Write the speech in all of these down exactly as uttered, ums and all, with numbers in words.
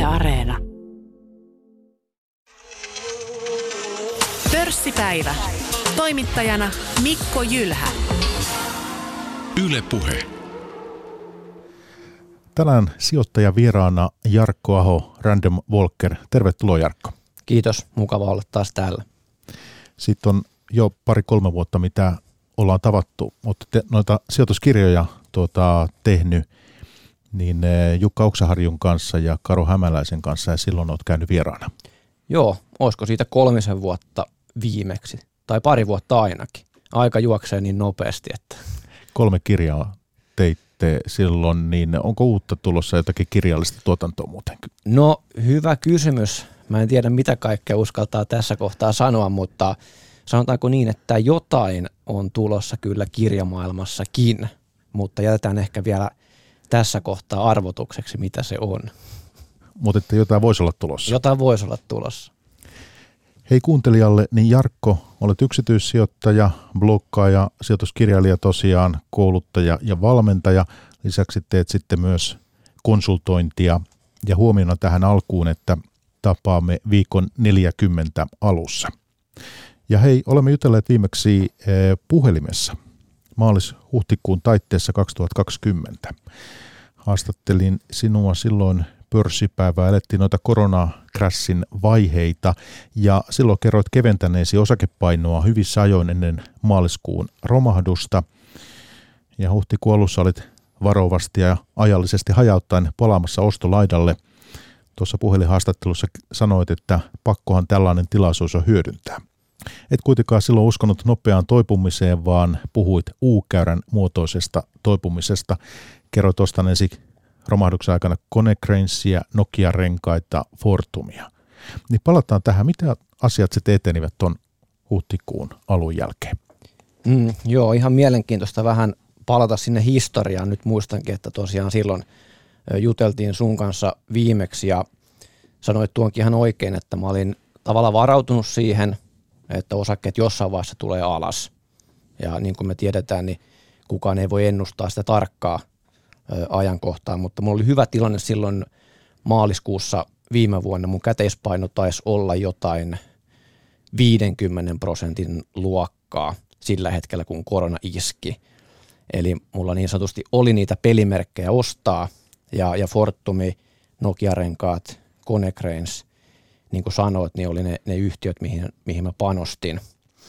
Areena. Pörssipäivä. Toimittajana Mikko Jylhä. Yle Puhe. Tänään sijoittaja vieraana Jarkko Aho, Random Walker. Tervetuloa Jarkko. Kiitos, mukava olla taas täällä. Sitten on jo pari-kolme vuotta, mitä ollaan tavattu. Olette noita sijoituskirjoja tuota, tehnyt niin Jukka Oksaharjun kanssa ja Karo Hämäläisen kanssa, ja silloin olet käynyt vieraana. Joo, olisiko siitä kolmisen vuotta viimeksi, tai pari vuotta ainakin. Aika juoksee niin nopeasti, että... Kolme kirjaa teitte silloin, niin onko uutta tulossa jotakin kirjallista tuotantoa muuten? No, hyvä kysymys. Mä en tiedä, mitä kaikkea uskaltaa tässä kohtaa sanoa, mutta sanotaanko niin, että jotain on tulossa kyllä kirjamaailmassakin, mutta jätetään ehkä vielä tässä kohtaa arvotukseksi, mitä se on. Mutta että jotain voisi olla tulossa. Jotain voisi olla tulossa. Hei kuuntelijalle, niin Jarkko, olet yksityissijoittaja, bloggaaja, sijoituskirjailija tosiaan, kouluttaja ja valmentaja. Lisäksi teet sitten myös konsultointia ja huomiona tähän alkuun, että tapaamme viikon neljäkymmentä alussa. Ja hei, olemme jutelleet viimeksi puhelimessa maalis-huhtikuun taitteessa kaksituhattakaksikymmentä. Haastattelin sinua silloin pörssipäivää, elettiin noita koronakrassin vaiheita ja silloin kerroit keventäneesi osakepainoa hyvissä ajoin ennen maaliskuun romahdusta. Ja huhtikuun alussa olit varovasti ja ajallisesti hajauttaen palaamassa ostolaidalle. Tuossa puhelinhaastattelussa sanoit, että pakkohan tällainen tilaisuus on hyödyntää. Et kuitenkaan silloin uskonut nopeaan toipumiseen, vaan puhuit U-käyrän muotoisesta toipumisesta. Kerroit ostaneesi romahduksen aikana Konecranesia, Nokia-renkaita, Fortumia. Niin palataan tähän, mitä asiat sitten etenivät tuon huhtikuun alun jälkeen? Mm, joo, ihan mielenkiintoista vähän palata sinne historiaan. Nyt muistankin, että tosiaan silloin juteltiin sun kanssa viimeksi ja sanoit tuonkin ihan oikein, että mä olin tavallaan varautunut siihen, että osakkeet jossain vaiheessa tulee alas. Ja niin kuin me tiedetään, niin kukaan ei voi ennustaa sitä tarkkaa ajankohtaa, mutta mulla oli hyvä tilanne silloin maaliskuussa viime vuonna. Mun käteispaino taisi olla jotain viidenkymmenen prosentin luokkaa sillä hetkellä, kun korona iski. Eli mulla niin sanotusti oli niitä pelimerkkejä ostaa ja, ja Fortumi, Nokia-renkaat, Konecranes, niin kuin sanoit, niin oli ne, ne yhtiöt, mihin, mihin mä panostin.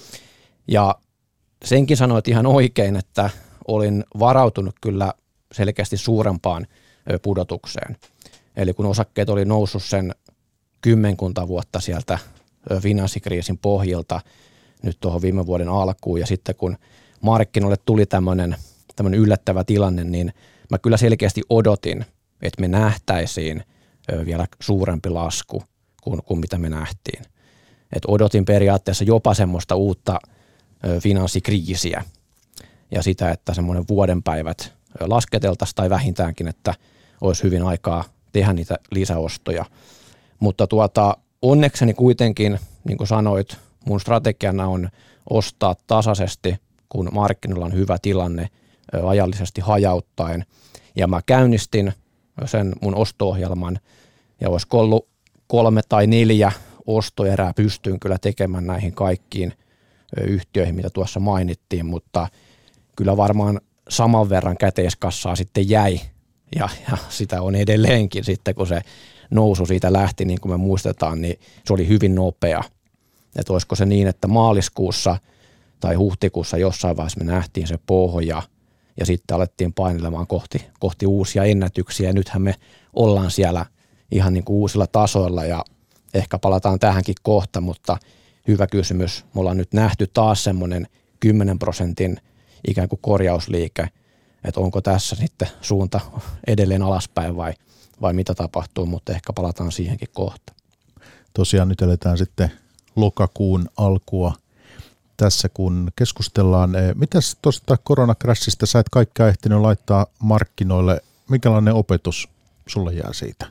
Ja senkin sanoit ihan oikein, että olin varautunut kyllä selkeästi suurempaan pudotukseen. Eli kun osakkeet oli noussut sen kymmenkunta vuotta sieltä finanssikriisin pohjilta nyt tuohon viime vuoden alkuun, ja sitten kun markkinoille tuli tämmöinen tämmöinen yllättävä tilanne, niin mä kyllä selkeästi odotin, että me nähtäisiin vielä suurempi lasku kuin, kuin mitä me nähtiin. Et odotin periaatteessa jopa semmoista uutta finanssikriisiä ja sitä, että semmoinen vuoden päivät lasketeltaisiin tai vähintäänkin, että olisi hyvin aikaa tehdä niitä lisäostoja. Mutta tuota, onnekseni kuitenkin, niin kuin sanoit, mun strategiana on ostaa tasaisesti, kun markkinoilla on hyvä tilanne ajallisesti hajauttaen. Ja mä käynnistin sen mun osto-ohjelman ja olisiko ollut kolme tai neljä ostoerää pystyin kyllä tekemään näihin kaikkiin yhtiöihin, mitä tuossa mainittiin, mutta kyllä varmaan saman verran käteiskassaa sitten jäi ja, ja sitä on edelleenkin sitten, kun se nousu siitä lähti, niin kuin me muistetaan, niin se oli hyvin nopea. Että olisiko se niin, että maaliskuussa tai huhtikuussa jossain vaiheessa me nähtiin se pohja ja sitten alettiin painelemaan kohti, kohti uusia ennätyksiä ja nythän me ollaan siellä ihan niin kuin uusilla tasoilla ja ehkä palataan tähänkin kohta, mutta hyvä kysymys. Me ollaan nyt nähty taas semmoinen kymmenen prosentin ikään kuin korjausliike, että onko tässä sitten suunta edelleen alaspäin vai, vai mitä tapahtuu, mutta ehkä palataan siihenkin kohta. Tosiaan nyt eletään sitten lokakuun alkua tässä, kun keskustellaan. Mitäs tuosta koronakrashista sä et kaikkea ehtinyt laittaa markkinoille? Mikälainen opetus sulle jää siitä?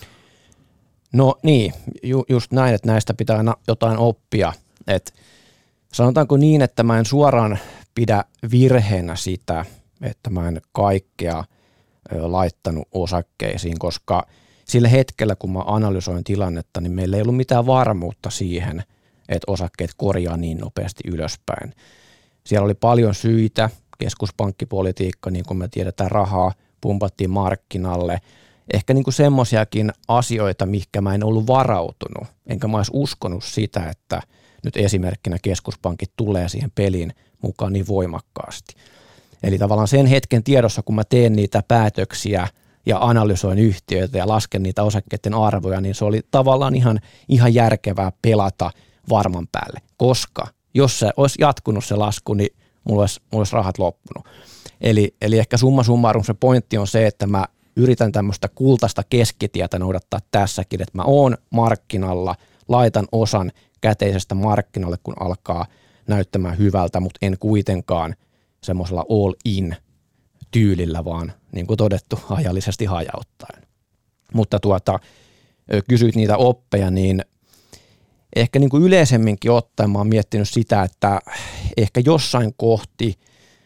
No niin, ju, just näin, että näistä pitää aina jotain oppia. Et sanotaanko niin, että mä en suoraan pidä virheenä sitä, että mä en kaikkea ö, laittanut osakkeisiin, koska sillä hetkellä, kun mä analysoin tilannetta, niin meillä ei ollut mitään varmuutta siihen, että osakkeet korjaa niin nopeasti ylöspäin. Siellä oli paljon syitä, keskuspankkipolitiikka, niin kuin me tiedetään, rahaa pumpattiin markkinalle. Ehkä niin kuin semmoisiakin asioita, mihinkä mä en ollut varautunut, enkä mä olisi uskonut sitä, että nyt esimerkkinä keskuspankit tulee siihen peliin mukaan niin voimakkaasti. Eli tavallaan sen hetken tiedossa, kun mä teen niitä päätöksiä ja analysoin yhtiöitä ja lasken niitä osakkeiden arvoja, niin se oli tavallaan ihan, ihan järkevää pelata varman päälle, koska jos se olisi jatkunut se lasku, niin mulla olisi, mulla olisi rahat loppunut. Eli, eli ehkä summa summarum se pointti on se, että mä yritän tämmöistä kultaista keskitietä noudattaa tässäkin, että mä oon markkinalla, laitan osan käteisestä markkinalle, kun alkaa näyttämään hyvältä, mutta en kuitenkaan semmoisella all in tyylillä, vaan niin kuin todettu, ajallisesti hajauttaen. Mutta tuota, kysyit niitä oppeja, niin ehkä niin kuin yleisemminkin ottaen mä oon miettinyt sitä, että ehkä jossain kohti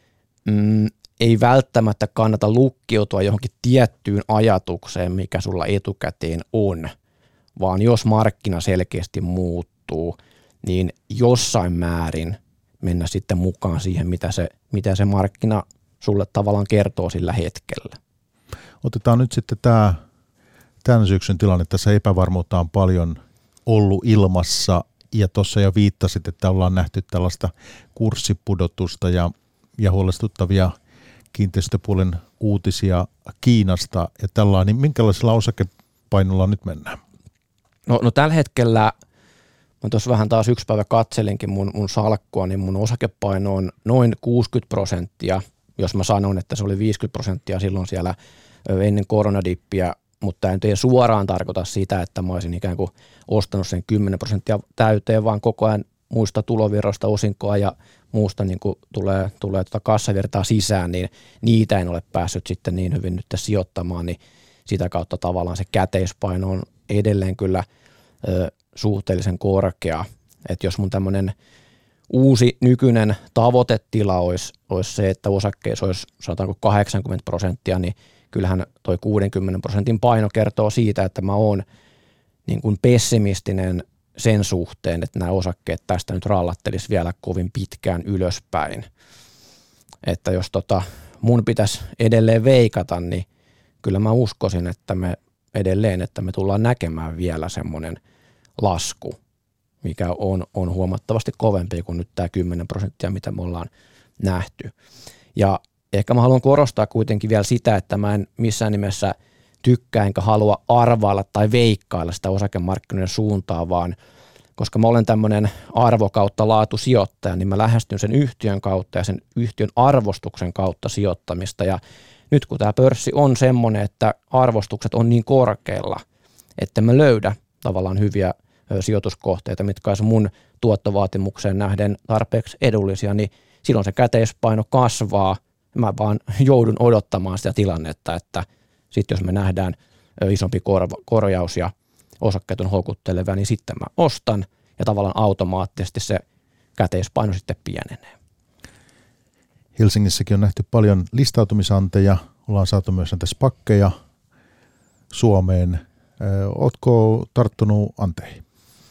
mm, ei välttämättä kannata lukkiutua johonkin tiettyyn ajatukseen, mikä sulla etukäteen on, vaan jos markkina selkeästi muuttuu, niin jossain määrin mennä sitten mukaan siihen, mitä se, mitä se markkina sulle tavallaan kertoo sillä hetkellä. Otetaan nyt sitten tämä tämän syksyn tilanne. Tässä epävarmuutta on paljon ollut ilmassa ja tuossa jo viittasit, että ollaan nähty tällaista kurssipudotusta ja, ja huolestuttavia kiinteistöpuolen uutisia Kiinasta ja tällainen. Niin minkälaisella osakepainolla nyt mennään? No, no tällä hetkellä, mä tuossa vähän taas yksi päivä katselinkin mun, mun salkkua, niin mun osakepaino on noin kuusikymmentä prosenttia, jos mä sanon, että se oli viisikymmentä prosenttia silloin siellä ennen koronadippiä, mutta tämä nyt ei suoraan tarkoita sitä, että mä olisin ikään kuin ostanut sen kymmenen prosenttia täyteen, vaan koko ajan muista tulovirroista, osinkoa ja muusta niin kuin tulee, tulee tuota kassavirtaa sisään, niin niitä en ole päässyt sitten niin hyvin nyt sijoittamaan, niin sitä kautta tavallaan se käteispaino on edelleen kyllä ö, suhteellisen korkea. Että jos mun tämmöinen uusi nykyinen tavoitetila olisi, olisi se, että osakkeissa olisi sanotaanko kahdeksankymmentä prosenttia, niin kyllähän toi kuudenkymmenen prosentin paino kertoo siitä, että mä oon niin kuin pessimistinen sen suhteen, että nämä osakkeet tästä nyt rallattelisi vielä kovin pitkään ylöspäin. Että jos tota mun pitäisi edelleen veikata, niin kyllä mä uskoisin, että me edelleen, että me tullaan näkemään vielä semmoinen lasku, mikä on, on huomattavasti kovempi kuin nyt tämä kymmenen prosenttia, mitä me ollaan nähty. Ja ehkä mä haluan korostaa kuitenkin vielä sitä, että mä en missään nimessä tykkää enkä halua arvailla tai veikkailla sitä osakemarkkinoiden suuntaa, vaan koska mä olen tämmöinen arvo kautta laatusijoittaja, niin mä lähestyn sen yhtiön kautta ja sen yhtiön arvostuksen kautta sijoittamista. Ja nyt kun tämä pörssi on semmoinen, että arvostukset on niin korkealla, että mä löydä tavallaan hyviä sijoituskohteita, mitkä olisi mun tuottovaatimukseen nähden tarpeeksi edullisia, niin silloin se käteispaino kasvaa. Mä vaan joudun odottamaan sitä tilannetta, että sitten jos me nähdään isompi korva, korjaus ja osakkeet on houkuttelevia, niin sitten mä ostan ja tavallaan automaattisesti se käteispaino sitten pienenee. Helsingissäkin on nähty paljon listautumisanteja, ollaan saatu myös näitä spakkeja Suomeen. Ootko tarttunut anteihin?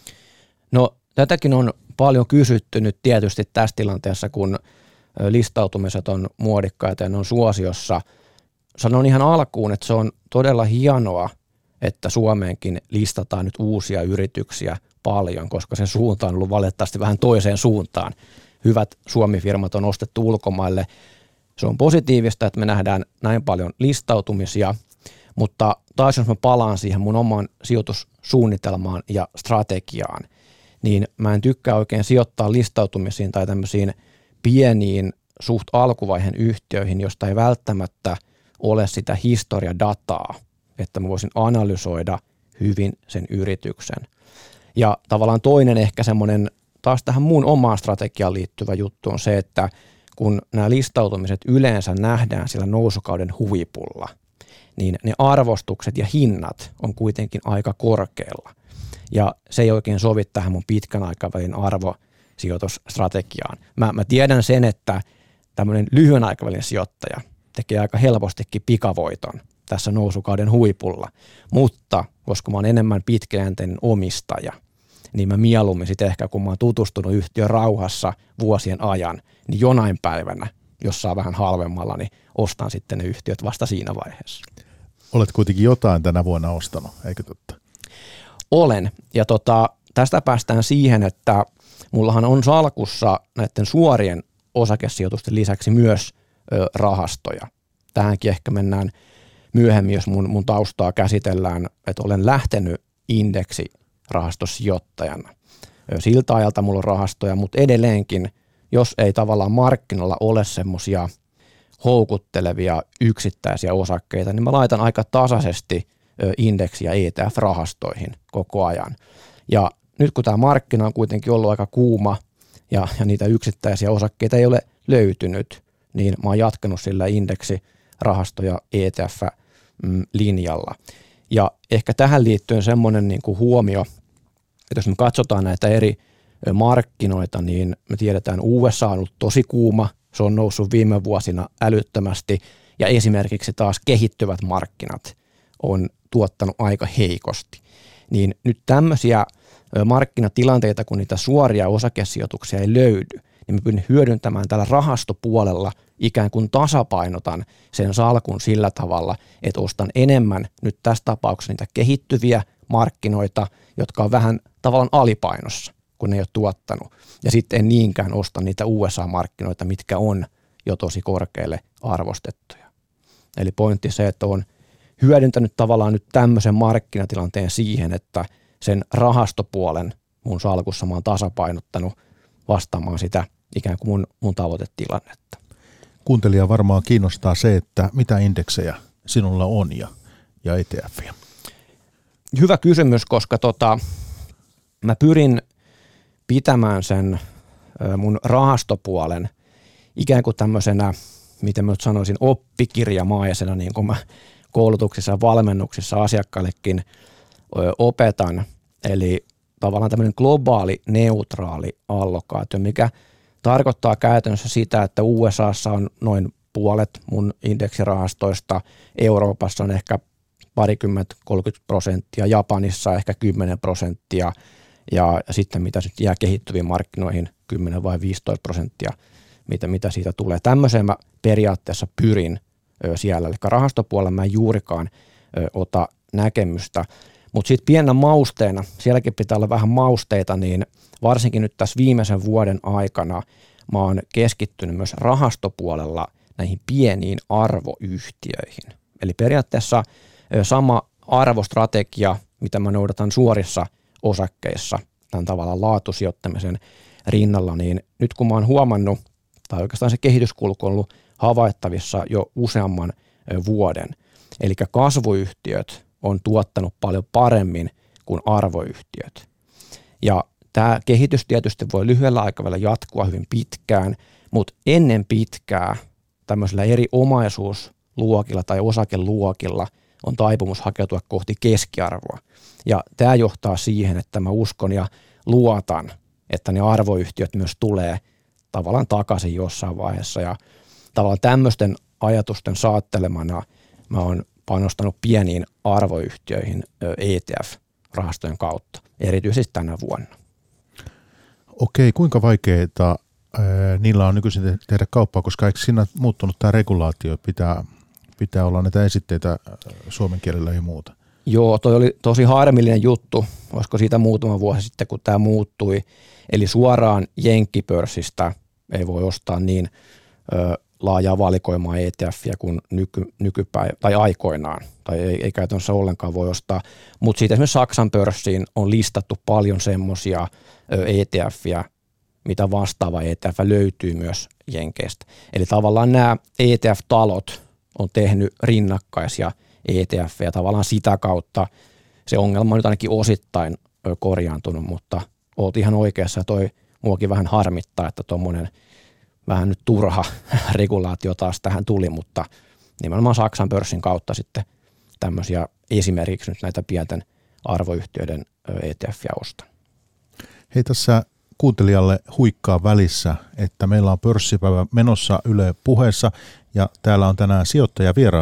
No tätäkin on paljon kysytty nyt tietysti tässä tilanteessa, kun listautumiset on muodikkaita ja ne on suosiossa. Sanon ihan alkuun, että se on todella hienoa, että Suomeenkin listataan nyt uusia yrityksiä paljon, koska se suunta on ollut valitettavasti vähän toiseen suuntaan. Hyvät Suomi-firmat on ostettu ulkomaille. Se on positiivista, että me nähdään näin paljon listautumisia, mutta taas jos mä palaan siihen mun omaan sijoitussuunnitelmaan ja strategiaan, niin mä en tykkää oikein sijoittaa listautumisiin tai tämmöisiin pieniin suht alkuvaiheen yhtiöihin, josta ei välttämättä ole sitä historiadataa, että mä voisin analysoida hyvin sen yrityksen. Ja tavallaan toinen ehkä semmoinen taas tähän mun omaan strategiaan liittyvä juttu on se, että kun nämä listautumiset yleensä nähdään sillä nousukauden huipulla, niin ne arvostukset ja hinnat on kuitenkin aika korkealla. Ja se ei oikein sovi tähän mun pitkän aikavälin arvosijoitusstrategiaan. Mä, mä tiedän sen, että tämmöinen lyhyen aikavälin sijoittaja tekee aika helpostikin pikavoiton tässä nousukauden huipulla. Mutta koska mä oon enemmän pitkäjänteinen omistaja, niin mä mieluummin sitten ehkä kun mä oon tutustunut yhtiön rauhassa vuosien ajan, niin jonain päivänä, jos saa vähän halvemmalla, niin ostan sitten ne yhtiöt vasta siinä vaiheessa. Olet kuitenkin jotain tänä vuonna ostanut, eikö totta? Olen. Ja tota, tästä päästään siihen, että mullahan on salkussa näiden suorien osakesijoitusten lisäksi myös ö, rahastoja. Tähänkin ehkä mennään myöhemmin, jos mun, mun taustaa käsitellään, että olen lähtenyt indeksirahastossijoittajana. Siltä ajalta mulla on rahastoja, mutta edelleenkin, jos ei tavallaan markkinoilla ole semmoisia houkuttelevia yksittäisiä osakkeita, niin mä laitan aika tasaisesti indeksi- ja E T F-rahastoihin koko ajan. Ja nyt kun tämä markkina on kuitenkin ollut aika kuuma ja, ja niitä yksittäisiä osakkeita ei ole löytynyt, niin mä oon jatkanut sillä indeksirahasto- ja E T F-linjalla. Ja ehkä tähän liittyen semmoinen niin kuin huomio, että jos me katsotaan näitä eri markkinoita, niin me tiedetään, U S A on ollut tosi kuuma, se on noussut viime vuosina älyttömästi ja esimerkiksi taas kehittyvät markkinat on tuottanut aika heikosti. Niin nyt tämmöisiä markkinatilanteita, kun niitä suoria osakesijoituksia ei löydy, niin mä pyrin hyödyntämään tällä rahastopuolella ikään kuin tasapainotan sen salkun sillä tavalla, että ostan enemmän nyt tässä tapauksessa niitä kehittyviä markkinoita, jotka on vähän tavallaan alipainossa, kun ne ei ole tuottanut. Ja sitten en niinkään osta niitä U S A-markkinoita, mitkä on jo tosi korkealle arvostettuja. Eli pointti se, että on hyödyntänyt tavallaan nyt tämmöisen markkinatilanteen siihen, että sen rahastopuolen mun salkussa mä oon tasapainottanut vastaamaan sitä ikään kuin mun, mun tavoitetilannetta. Kuuntelija varmaan kiinnostaa se, että mitä indeksejä sinulla on ja, ja E T F:jä. Hyvä kysymys, koska tota, mä pyrin pitämään sen mun rahastopuolen ikään kuin tämmöisenä, miten mä nyt sanoisin, oppikirjamaisena, niin kuin mä koulutuksissa ja valmennuksissa asiakkaillekin opetan. Eli tavallaan tämmöinen globaali, neutraali allokaatio, mikä tarkoittaa käytännössä sitä, että U S A:ssa on noin puolet mun indeksirahastoista, Euroopassa on ehkä parikymmentä, kolmekymmentä prosenttia, Japanissa ehkä kymmenen prosenttia ja sitten mitä nyt jää kehittyviin markkinoihin kymmenen vai viisitoista prosenttia, mitä, mitä siitä tulee. Tämmöiseen mä periaatteessa pyrin ö, siellä, eli rahastopuolella mä en juurikaan ö, ota näkemystä, mutta sitten pienenä mausteena, sielläkin pitää olla vähän mausteita, niin varsinkin nyt tässä viimeisen vuoden aikana mä oon keskittynyt myös rahastopuolella näihin pieniin arvoyhtiöihin. Eli periaatteessa sama arvostrategia, mitä mä noudatan suorissa osakkeissa tämän tavallaan laatusijoittamisen rinnalla, niin nyt kun mä oon huomannut, tai oikeastaan se kehityskulku on ollut havaittavissa jo useamman vuoden, eli kasvuyhtiöt on tuottanut paljon paremmin kuin arvoyhtiöt. Ja tämä kehitys tietysti voi lyhyellä aikavälillä jatkua hyvin pitkään, mutta ennen pitkää tämmöisillä eri omaisuusluokilla tai osakeluokilla on taipumus hakeutua kohti keskiarvoa. Ja tämä johtaa siihen, että mä uskon ja luotan, että ne arvoyhtiöt myös tulee tavallaan takaisin jossain vaiheessa. Ja tavallaan tämmöisten ajatusten saattelemana mä oon panostanut pieniin arvoyhtiöihin E T F-rahastojen kautta, erityisesti tänä vuonna. Okei, kuinka vaikeaa ää, niillä on nykyisin tehdä kauppaa, koska eikö siinä muuttunut tämä regulaatio, pitää, pitää olla näitä esitteitä suomen kielellä ja muuta? Joo, toi oli tosi harmillinen juttu, olisiko siitä muutama vuosi sitten, kun tämä muuttui. Eli suoraan jenkkipörssistä ei voi ostaa niin ö, laajaa valikoimaa E T F:iä kuin nyky, nykypäivä tai aikoinaan, tai ei, ei käytännössä ollenkaan voi ostaa. Mutta siitä esimerkiksi Saksan pörssiin on listattu paljon semmoisia E T F:iä, mitä vastaava E T F löytyy myös jenkeistä. Eli tavallaan nämä E T F-talot on tehnyt rinnakkaisia E T F:jä, tavallaan sitä kautta se ongelma on nyt ainakin osittain korjaantunut, mutta oot ihan oikeassa ja toi muakin vähän harmittaa, että tuommoinen vähän nyt turha regulaatio taas tähän tuli, mutta nimenomaan Saksan pörssin kautta sitten tämmöisiä esimerkiksi nyt näitä pienten arvoyhtiöiden E T F:jä ostan. Hei, tässä kuuntelijalle huikkaa välissä, että meillä on pörssipäivä menossa Yle Puheessa ja täällä on tänään sijoittaja vieraana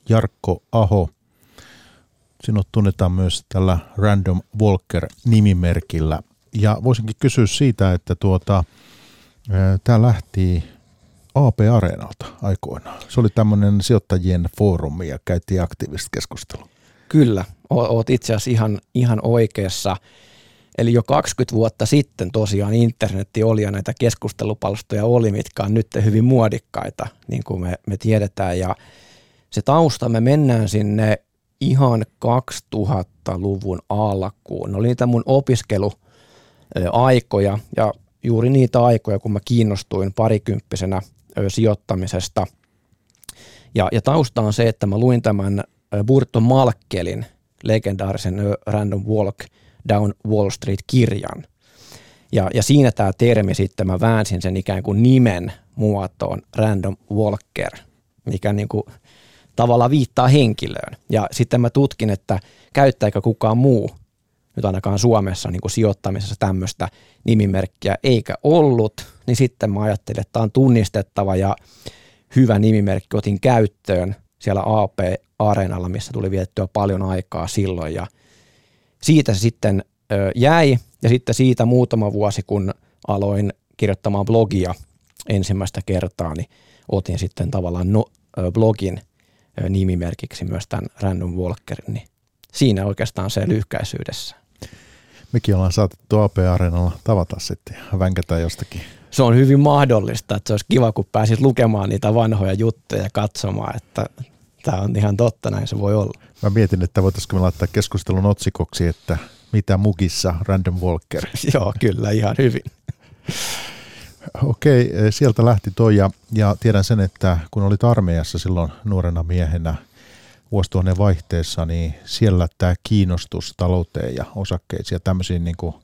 Jarkko Aho. Sinut tunnetaan myös tällä Random Walker-nimimerkillä. Ja voisinkin kysyä siitä, että tuota, tämä lähti A P-areenalta aikoinaan. Se oli tämmöinen sijoittajien foorumi ja käytiin aktiivista keskustelua. Kyllä, oot itse asiassa ihan, ihan oikeassa. Eli jo kaksikymmentä vuotta sitten tosiaan internetti oli ja näitä keskustelupalstoja oli, mitkä on nyt hyvin muodikkaita, niin kuin me, me tiedetään. Ja se tausta, me mennään sinne ihan kaksituhattaluvun alkuun. Ne oli niitä mun opiskeluaikoja ja juuri niitä aikoja, kun mä kiinnostuin parikymppisenä sijoittamisesta. Ja, ja tausta on se, että mä luin tämän Burton Malkelin legendaarisen Random Walk Down Wall Street-kirjan. Ja, ja siinä tämä termi sitten, mä väänsin sen ikään kuin nimen muotoon Random Walker, mikä niin kuin tavallaan viittaa henkilöön. Ja sitten mä tutkin, että käyttääkö kukaan muu, nyt ainakaan Suomessa niin kuin sijoittamisessa tämmöistä nimimerkkiä eikä ollut, niin sitten mä ajattelin, että tämä on tunnistettava ja hyvä nimimerkki otin käyttöön siellä A P-areenalla, missä tuli vietettyä paljon aikaa silloin ja siitä se sitten ö, jäi ja sitten siitä muutama vuosi, kun aloin kirjoittamaan blogia ensimmäistä kertaa, niin otin sitten tavallaan no, ö, blogin ö, nimimerkiksi myös tämän Random Walkerin, niin siinä oikeastaan se lyhkäisyydessä. Mekin ollaan saatettu A P-areenalla tavata sitten ja vänkätään jostakin. Se on hyvin mahdollista, että se olisi kiva, kun pääsit lukemaan niitä vanhoja juttuja ja katsomaan, että tämä on ihan totta, näin se voi olla. Mä mietin, että voitaisiinko me laittaa keskustelun otsikoksi, että mitä mukissa Random Walker. Joo, kyllä, ihan hyvin. Okei, sieltä lähti toi ja, ja tiedän sen, että kun olit armeijassa silloin nuorena miehenä vuosituhannen vaihteessa, niin siellä tämä kiinnostus talouteen ja osakkeisiin ja tämmöisiin, niin kuin,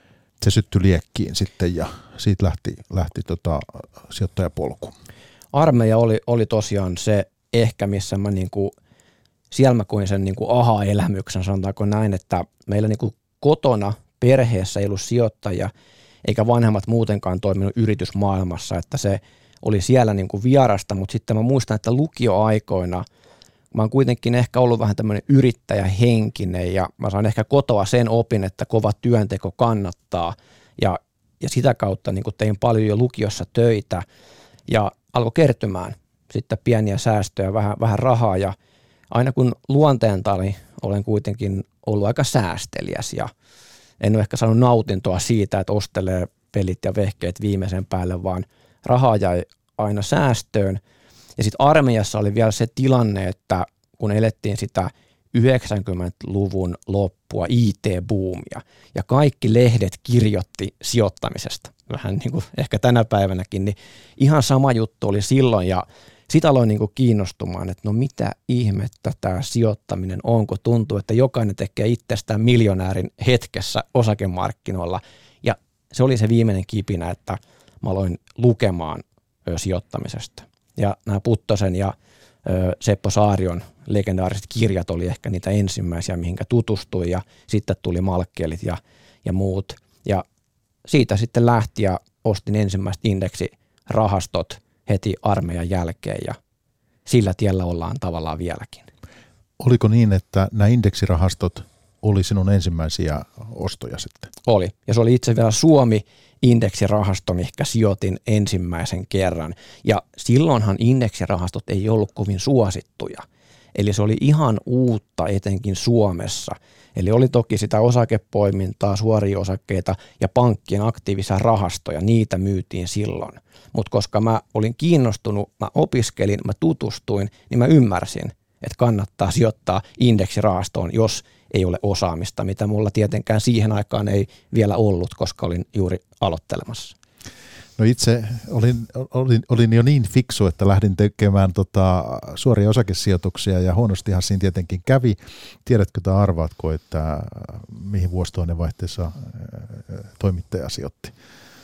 se syttyi liekkiin sitten ja siitä lähti, lähti tota, sijoittajapolku. Armeija oli, oli tosiaan se ehkä, missä mä niinku, siellä mä koin sen niinku aha-elämyksen, sanotaanko näin, että meillä niinku kotona perheessä ei ollut sijoittajia, eikä vanhemmat muutenkaan toiminut yritysmaailmassa, että se oli siellä niinku vierasta, mutta sitten mä muistan, että lukioaikoina mä oon kuitenkin ehkä ollut vähän tämmöinen yrittäjähenkinen ja mä saan ehkä kotoa sen opin, että kova työnteko kannattaa ja, ja sitä kautta niinku tein paljon jo lukiossa töitä ja alkoi kertymään sitten pieniä säästöjä, vähän, vähän rahaa ja aina kun luonteentani olen kuitenkin ollut aika säästeliäs ja en ole ehkä saanut nautintoa siitä, että ostelee pelit ja vehkeet viimeisen päälle, vaan rahaa jäi aina säästöön. Ja sitten armeijassa oli vielä se tilanne, että kun elettiin sitä yhdeksänkymmentäluvun loppua, I T-buumia ja kaikki lehdet kirjoitti sijoittamisesta, vähän niin kuin ehkä tänä päivänäkin, niin ihan sama juttu oli silloin ja sitä aloin niin kuin kiinnostumaan, että no mitä ihmettä tämä sijoittaminen on, kun tuntuu, että jokainen tekee itsestään miljonäärin hetkessä osakemarkkinoilla. Ja se oli se viimeinen kipinä, että mä aloin lukemaan ö, sijoittamisesta. Ja nämä Puttosen ja ö, Seppo Saarion legendaariset kirjat oli ehkä niitä ensimmäisiä, mihinkä tutustuin. Ja sitten tuli Malkelit ja, ja muut. Ja siitä sitten lähti ja ostin ensimmäiset indeksirahastot heti armeijan jälkeen ja sillä tiellä ollaan tavallaan vieläkin. Oliko niin, että nämä indeksirahastot oli sinun ensimmäisiä ostoja sitten? Oli. Ja se oli itse vielä Suomi-indeksirahasto, mihinkä sijoitin ensimmäisen kerran. Ja silloinhan indeksirahastot ei ollut kovin suosittuja. Eli se oli ihan uutta etenkin Suomessa. Eli oli toki sitä osakepoimintaa, suoria osakkeita ja pankkien aktiivisia rahastoja, niitä myytiin silloin. Mutta koska mä olin kiinnostunut, mä opiskelin, mä tutustuin, niin mä ymmärsin, että kannattaa sijoittaa indeksirahastoon, jos ei ole osaamista, mitä mulla tietenkään siihen aikaan ei vielä ollut, koska olin juuri aloittelemassa. No itse olin, olin, olin jo niin fiksu, että lähdin tekemään tota suoria osakesijoituksia ja huonostihan siinä tietenkin kävi. Tiedätkö tai arvaatko, että mihin vuosituhannen vaihteessa toimittaja sijoitti?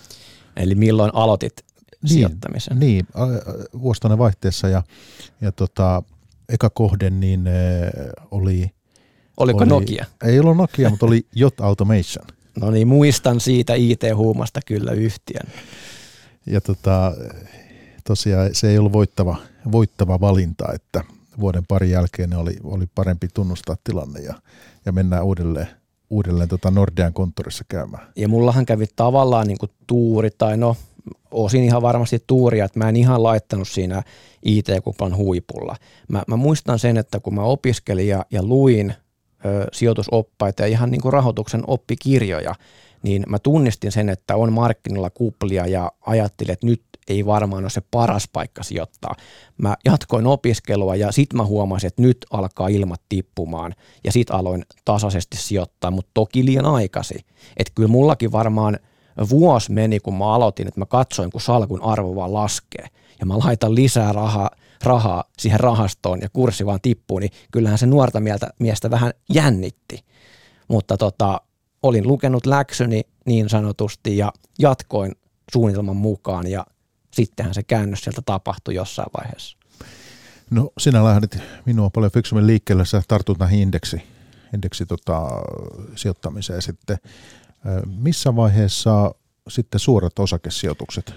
Eli milloin aloitit sijoittamisen? Niin, niin vuosituhannen vaihteessa ja, ja tota, eka kohden niin oli... Oliko oli, Nokia? Ei ollut Nokia, mutta oli Yacht Automation. No niin, muistan siitä I T-huumasta kyllä yhtiön. Ja tota, tosiaan se ei ollut voittava, voittava valinta, että vuoden parin jälkeen oli, oli parempi tunnustaa tilanne ja, ja mennään uudelleen, uudelleen tota Nordean konttorissa käymään. Ja mullahan kävi tavallaan niin kuin tuuri, tai no osin ihan varmasti tuuria, että mä en ihan laittanut siinä I T-kuplan huipulla. Mä, mä muistan sen, että kun mä opiskelin ja, ja luin ö, sijoitusoppaita ja ihan niin kuin rahoituksen oppikirjoja, niin mä tunnistin sen, että on markkinoilla kuplia ja ajattelin, että nyt ei varmaan ole se paras paikka sijoittaa. Mä jatkoin opiskelua ja sitten mä huomasin, että nyt alkaa ilmat tippumaan ja sitten aloin tasaisesti sijoittaa, mutta toki liian aikaisin. Että kyllä mullakin varmaan vuosi meni, kun mä aloitin, että mä katsoin, kun salkun arvo vaan laskee ja mä laitan lisää rahaa, rahaa siihen rahastoon ja kurssi vaan tippuu, niin kyllähän se nuorta mieltä, miestä vähän jännitti. Mutta tota, olin lukenut läksyni niin sanotusti ja jatkoin suunnitelman mukaan ja sittenhän se käännös sieltä tapahtui jossain vaiheessa. No sinä lähdit minua paljon fiksummin liikkeelle, sä tartut näihin indeksi, indeksi tota, sijoittamiseen sitten. Missä vaiheessa sitten suorat osakesijoitukset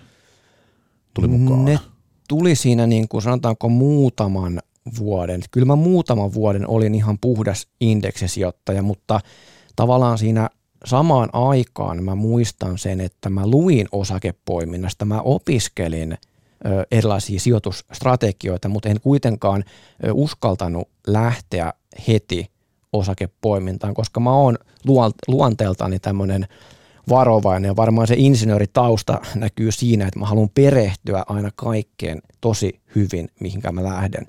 tuli mukaan? Ne tuli siinä niin kuin sanotaanko muutaman vuoden. Kyllä mä muutaman vuoden olin ihan puhdas indeksisijoittaja, mutta tavallaan siinä samaan aikaan mä muistan sen, että mä luin osakepoiminnasta, mä opiskelin ö, erilaisia sijoitusstrategioita, mutta en kuitenkaan ö, uskaltanut lähteä heti osakepoimintaan, koska mä oon luonteeltani tämmöinen varovainen ja varmaan se insinööritausta näkyy siinä, että mä haluan perehtyä aina kaikkeen tosi hyvin, mihinkä mä lähden.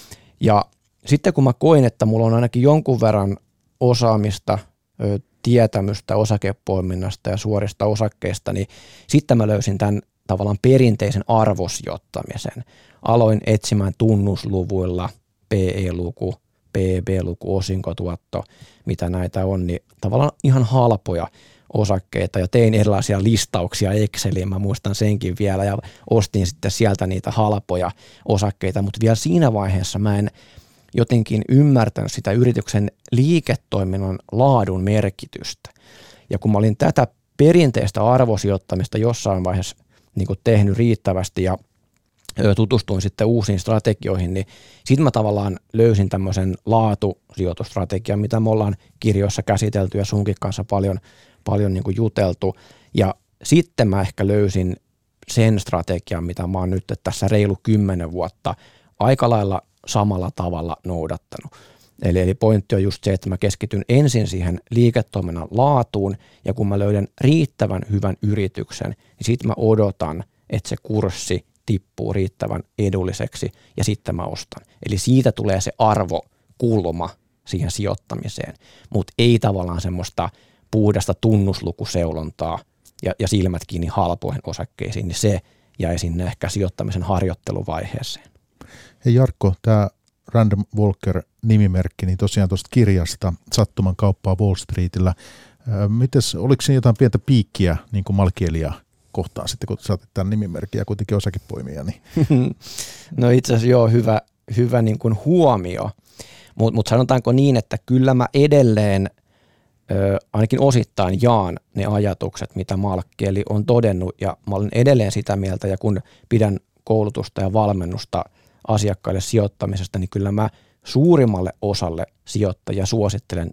Ja sitten kun mä koin, että mulla on ainakin jonkun verran osaamista, ö, tietämystä osakepoiminnasta ja suorista osakkeista, niin sitten mä löysin tämän tavallaan perinteisen arvosijoittamisen. Aloin etsimään tunnusluvuilla P E-luku, P E B-luku, osinkotuotto, mitä näitä on, niin tavallaan ihan halpoja osakkeita ja tein erilaisia listauksia Exceliin, mä muistan senkin vielä ja ostin sitten sieltä niitä halpoja osakkeita, mutta vielä siinä vaiheessa mä en jotenkin ymmärtänyt sitä yrityksen liiketoiminnan laadun merkitystä. Ja kun mä olin tätä perinteistä arvosijoittamista jossain vaiheessa niin kuin tehnyt riittävästi ja tutustuin sitten uusiin strategioihin, niin sitten mä tavallaan löysin tämmöisen laatusijoitustrategian, mitä me ollaan kirjoissa käsitelty ja sunkin kanssa paljon, paljon niin kuin juteltu. Ja sitten mä ehkä löysin sen strategian, mitä mä oon nyt tässä reilu kymmenen vuotta aika lailla samalla tavalla noudattanut. Eli, eli pointti on just se, että mä keskityn ensin siihen liiketoiminnan laatuun, ja kun mä löydän riittävän hyvän yrityksen, niin sitten mä odotan, että se kurssi tippuu riittävän edulliseksi, ja sitten mä ostan. Eli siitä tulee se arvokulma siihen sijoittamiseen, mutta ei tavallaan semmoista puhdasta tunnuslukuseulontaa ja, ja silmät kiinni halpoihin osakkeisiin, niin se jäi sinne ehkä sijoittamisen harjoitteluvaiheeseen. Hei Jarkko, tämä Random Walker-nimimerkki, niin tosiaan tuosta kirjasta Sattuman kauppaa Wall Streetillä. Mites, oliko siinä jotain pientä piikkiä niin kuin Malkielia kohtaan sitten, kun saatit tämän nimimerkin ja kuitenkin osakepoimija? Niin? No itse asiassa joo, hyvä, hyvä niin kuin huomio, mutta mut sanotaanko niin, että kyllä mä edelleen ö, ainakin osittain jaan ne ajatukset, mitä Malkieli on todennut, ja mä olen edelleen sitä mieltä, ja kun pidän koulutusta ja valmennusta asiakkaille sijoittamisesta, niin kyllä mä suurimmalle osalle sijoittajia suosittelen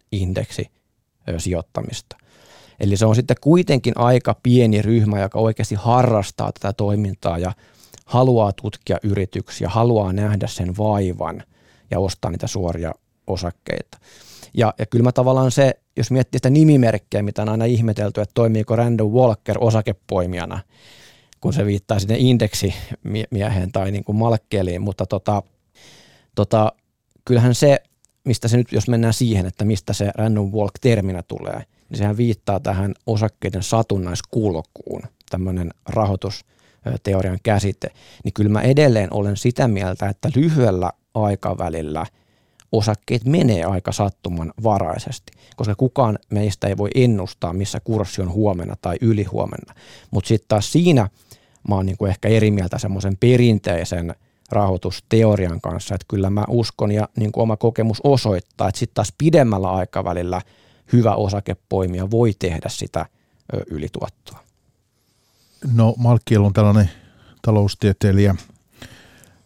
indeksisijoittamista. Eli se on sitten kuitenkin aika pieni ryhmä, joka oikeasti harrastaa tätä toimintaa ja haluaa tutkia yrityksiä, haluaa nähdä sen vaivan ja ostaa niitä suoria osakkeita. Ja, ja kyllä mä tavallaan se, jos miettii sitä nimimerkkiä, mitä on aina ihmetelty, että toimiiko Random Walker osakepoimijana, kun se viittaa sinne indeksimieheen tai niin kuin Malkieliin, mutta tota, tota, kyllähän se, mistä se nyt, jos mennään siihen, että mistä se Random Walk-terminä tulee, niin sehän viittaa tähän osakkeiden satunnaiskulkuun, tämmöinen rahoitusteorian käsite, niin kyllä mä edelleen olen sitä mieltä, että lyhyellä aikavälillä osakkeet menee aika sattumanvaraisesti, koska kukaan meistä ei voi ennustaa, missä kurssi on huomenna tai ylihuomenna, mutta sitten taas siinä mä oon niin kuin ehkä eri mieltä semmoisen perinteisen rahoitusteorian kanssa, että kyllä mä uskon ja niin kuin oma kokemus osoittaa, että sitten taas pidemmällä aikavälillä hyvä osakepoimija voi tehdä sitä ö, ylituottoa. No Malkiel on tällainen taloustieteilijä,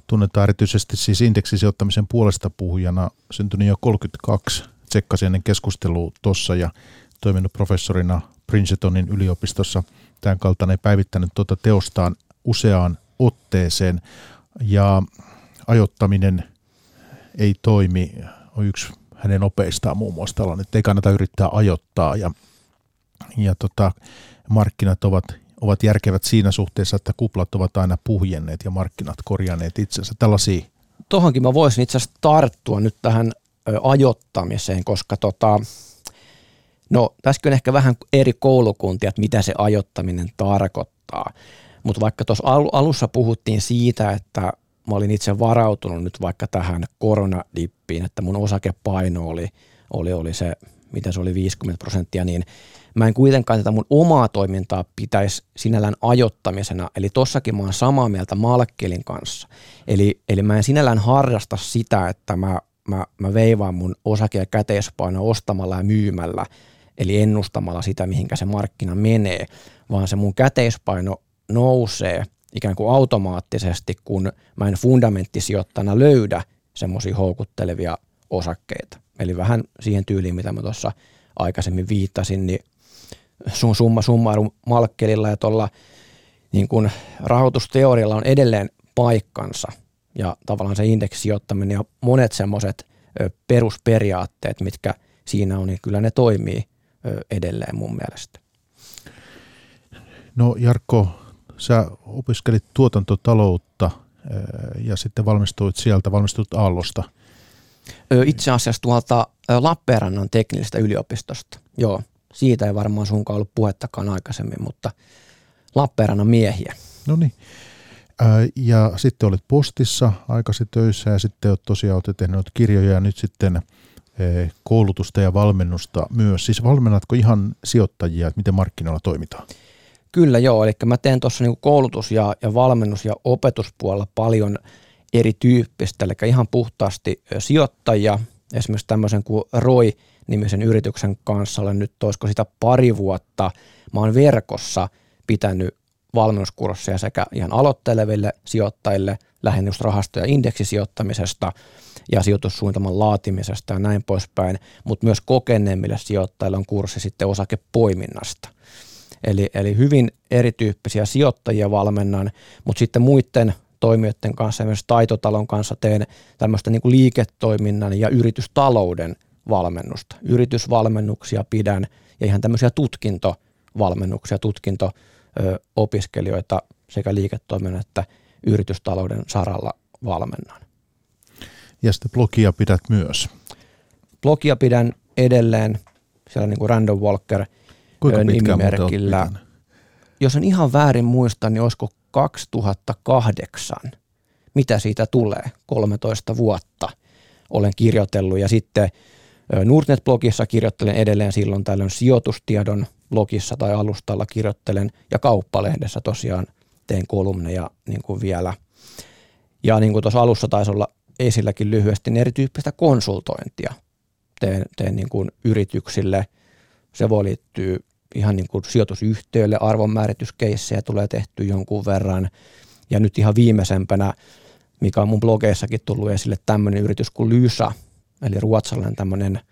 tunnetaan erityisesti siis indeksisijoittamisen puolesta puhujana, syntynyt jo kolmekymmentäkaksi, tsekkasin ennen keskustelua tuossa ja toiminut professorina Princetonin yliopistossa. Tämän kaltainen päivittänyt tuota teostaan useaan otteeseen ja ajoittaminen ei toimi, on yksi hänen opeistaan muun muassa tällainen, että ei kannata yrittää ajoittaa ja, ja tota, markkinat ovat, ovat järkevät siinä suhteessa, että kuplat ovat aina puhjenneet ja markkinat korjanneet itsensä. Tällaisia. Tuohonkin mä voisin itse asiassa tarttua nyt tähän ö, ajoittamiseen, koska tota, no tässä on ehkä vähän eri koulukuntia, että mitä se ajoittaminen tarkoittaa, mutta vaikka tuossa al- alussa puhuttiin siitä, että mä olin itse varautunut nyt vaikka tähän koronadippiin, että mun osakepaino oli, oli, oli se, mitä se oli viisikymmentä prosenttia, niin mä en kuitenkaan tätä mun omaa toimintaa pitäisi sinällään ajoittamisena, eli tossakin mä oon samaa mieltä Malkkelin kanssa. Eli, eli mä en sinällään harrasta sitä, että mä, mä, mä veivaan mun osake- ja käteispainoa ostamalla ja myymällä, eli ennustamalla sitä, mihinkä se markkina menee, vaan se mun käteispaino nousee ikään kuin automaattisesti, kun mä en fundamenttisijoittajana löydä semmoisia houkuttelevia osakkeita. Eli vähän siihen tyyliin, mitä mä tuossa aikaisemmin viittasin, niin sun summa summarum Malkkelilla ja tuolla niin kuin rahoitusteorialla on edelleen paikkansa ja tavallaan se indeksisijoittaminen ja monet semmoiset perusperiaatteet, mitkä siinä on, niin kyllä ne toimii edelleen mun mielestä. No Jarkko, sä opiskelit tuotantotaloutta ja sitten valmistuit sieltä, valmistuit Aallosta. Itse asiassa tuolta Lappeenrannan teknillisestä yliopistosta. Joo, siitä ei varmaan sunkaan ollut puhettakaan aikaisemmin, mutta Lappeenrannan miehiä. No niin. Ja sitten olit postissa aikaisin töissä ja sitten tosiaan olet tehnyt kirjoja ja nyt sitten koulutusta ja valmennusta myös. Siis valmennatko ihan sijoittajia, että miten markkinoilla toimitaan? Kyllä joo, eli mä teen tuossa niinku koulutus- ja, ja valmennus- ja opetuspuolella paljon erityyppistä, eli ihan puhtaasti sijoittajia, esimerkiksi tämmöisen kuin Roi-nimisen yrityksen kanssa olen nyt, olisiko sitä pari vuotta, mä oon verkossa pitänyt valmennuskursseja sekä ihan aloitteleville sijoittajille, lähinnä just rahasto- ja indeksisijoittamisesta ja sijoitussuunnitelman laatimisesta ja näin poispäin, mutta myös kokeneemmille sijoittajille on kurssi sitten osakepoiminnasta. Eli, eli hyvin erityyppisiä sijoittajia valmennan, mutta sitten muiden toimijoiden kanssa, myös Taitotalon kanssa teen tämmöistä niin kuin liiketoiminnan ja yritystalouden valmennusta. Yritysvalmennuksia pidän ja ihan tämmöisiä tutkintovalmennuksia, tutkinto-opiskelijoita sekä liiketoiminnan että yritystalouden saralla valmennan. Ja sitten blogia pidät myös. Blogia pidän edelleen siellä niin kuin Random Walker nimimerkillä. Jos en ihan väärin muista, niin olisiko kaksituhattakahdeksan, mitä siitä tulee, kolmetoista vuotta olen kirjoitellut ja sitten Nordnet-blogissa kirjoittelen edelleen silloin tällöin sijoitustiedon blogissa tai alustalla kirjoittelen ja Kauppalehdessä tosiaan teen kolumneja niin kuin vielä. Ja niin kuin tuossa alussa taisi olla esilläkin lyhyesti, niin erityyppistä konsultointia teen, teen niin kuin yrityksille. Se voi liittyä ihan niin kuin sijoitusyhtiöille, arvonmäärityskeissejä tulee tehty jonkun verran. Ja nyt ihan viimeisempänä, mikä on mun blogeissakin tullut esille, tämmöinen yritys kuin Lysa, eli ruotsalainen tämmöinen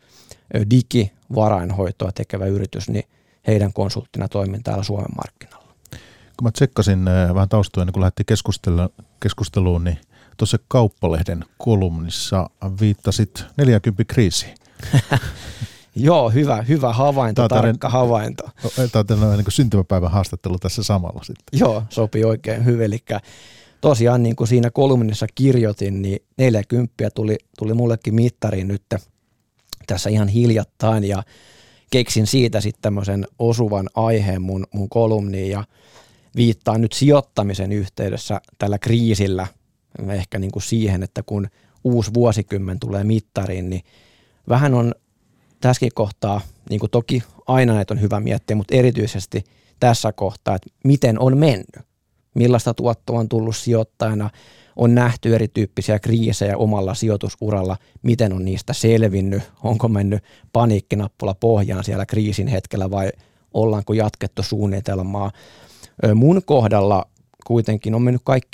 digivarainhoitoa tekevä yritys, niin heidän konsulttina toimin täällä Suomen markkinalla. Kun mä tsekkasin vähän taustoja, niin kun lähdettiin keskusteluun, niin tuossa Kauppalehden kolumnissa viittasit neljäkymmentä kriisiin. Joo, hyvä, hyvä havainto, Tämä tarkka havainto. Tämä on niin kuin syntymäpäivän haastattelu tässä samalla sitten. Joo, sopii oikein hyvin. Eli tosiaan niin kuin siinä kolumnissa kirjoitin, niin neljäkymmentä tuli, tuli mullekin mittariin nyt tässä ihan hiljattain ja keksin siitä sitten tämmöisen osuvan aiheen mun, mun kolumniin ja viittaan nyt sijoittamisen yhteydessä tällä kriisillä ehkä niin kuin siihen, että kun uusi vuosikymmen tulee mittariin, niin vähän on tässäkin kohtaa, niin kuin toki aina näitä on hyvä miettiä, mutta erityisesti tässä kohtaa, että miten on mennyt, millaista tuottoa on tullut sijoittajana, on nähty erityyppisiä kriisejä omalla sijoitusuralla, miten on niistä selvinnyt, onko mennyt paniikkinappula pohjaan siellä kriisin hetkellä vai ollaanko jatkettu suunnitelmaa. Mun kohdalla kuitenkin on mennyt kaikki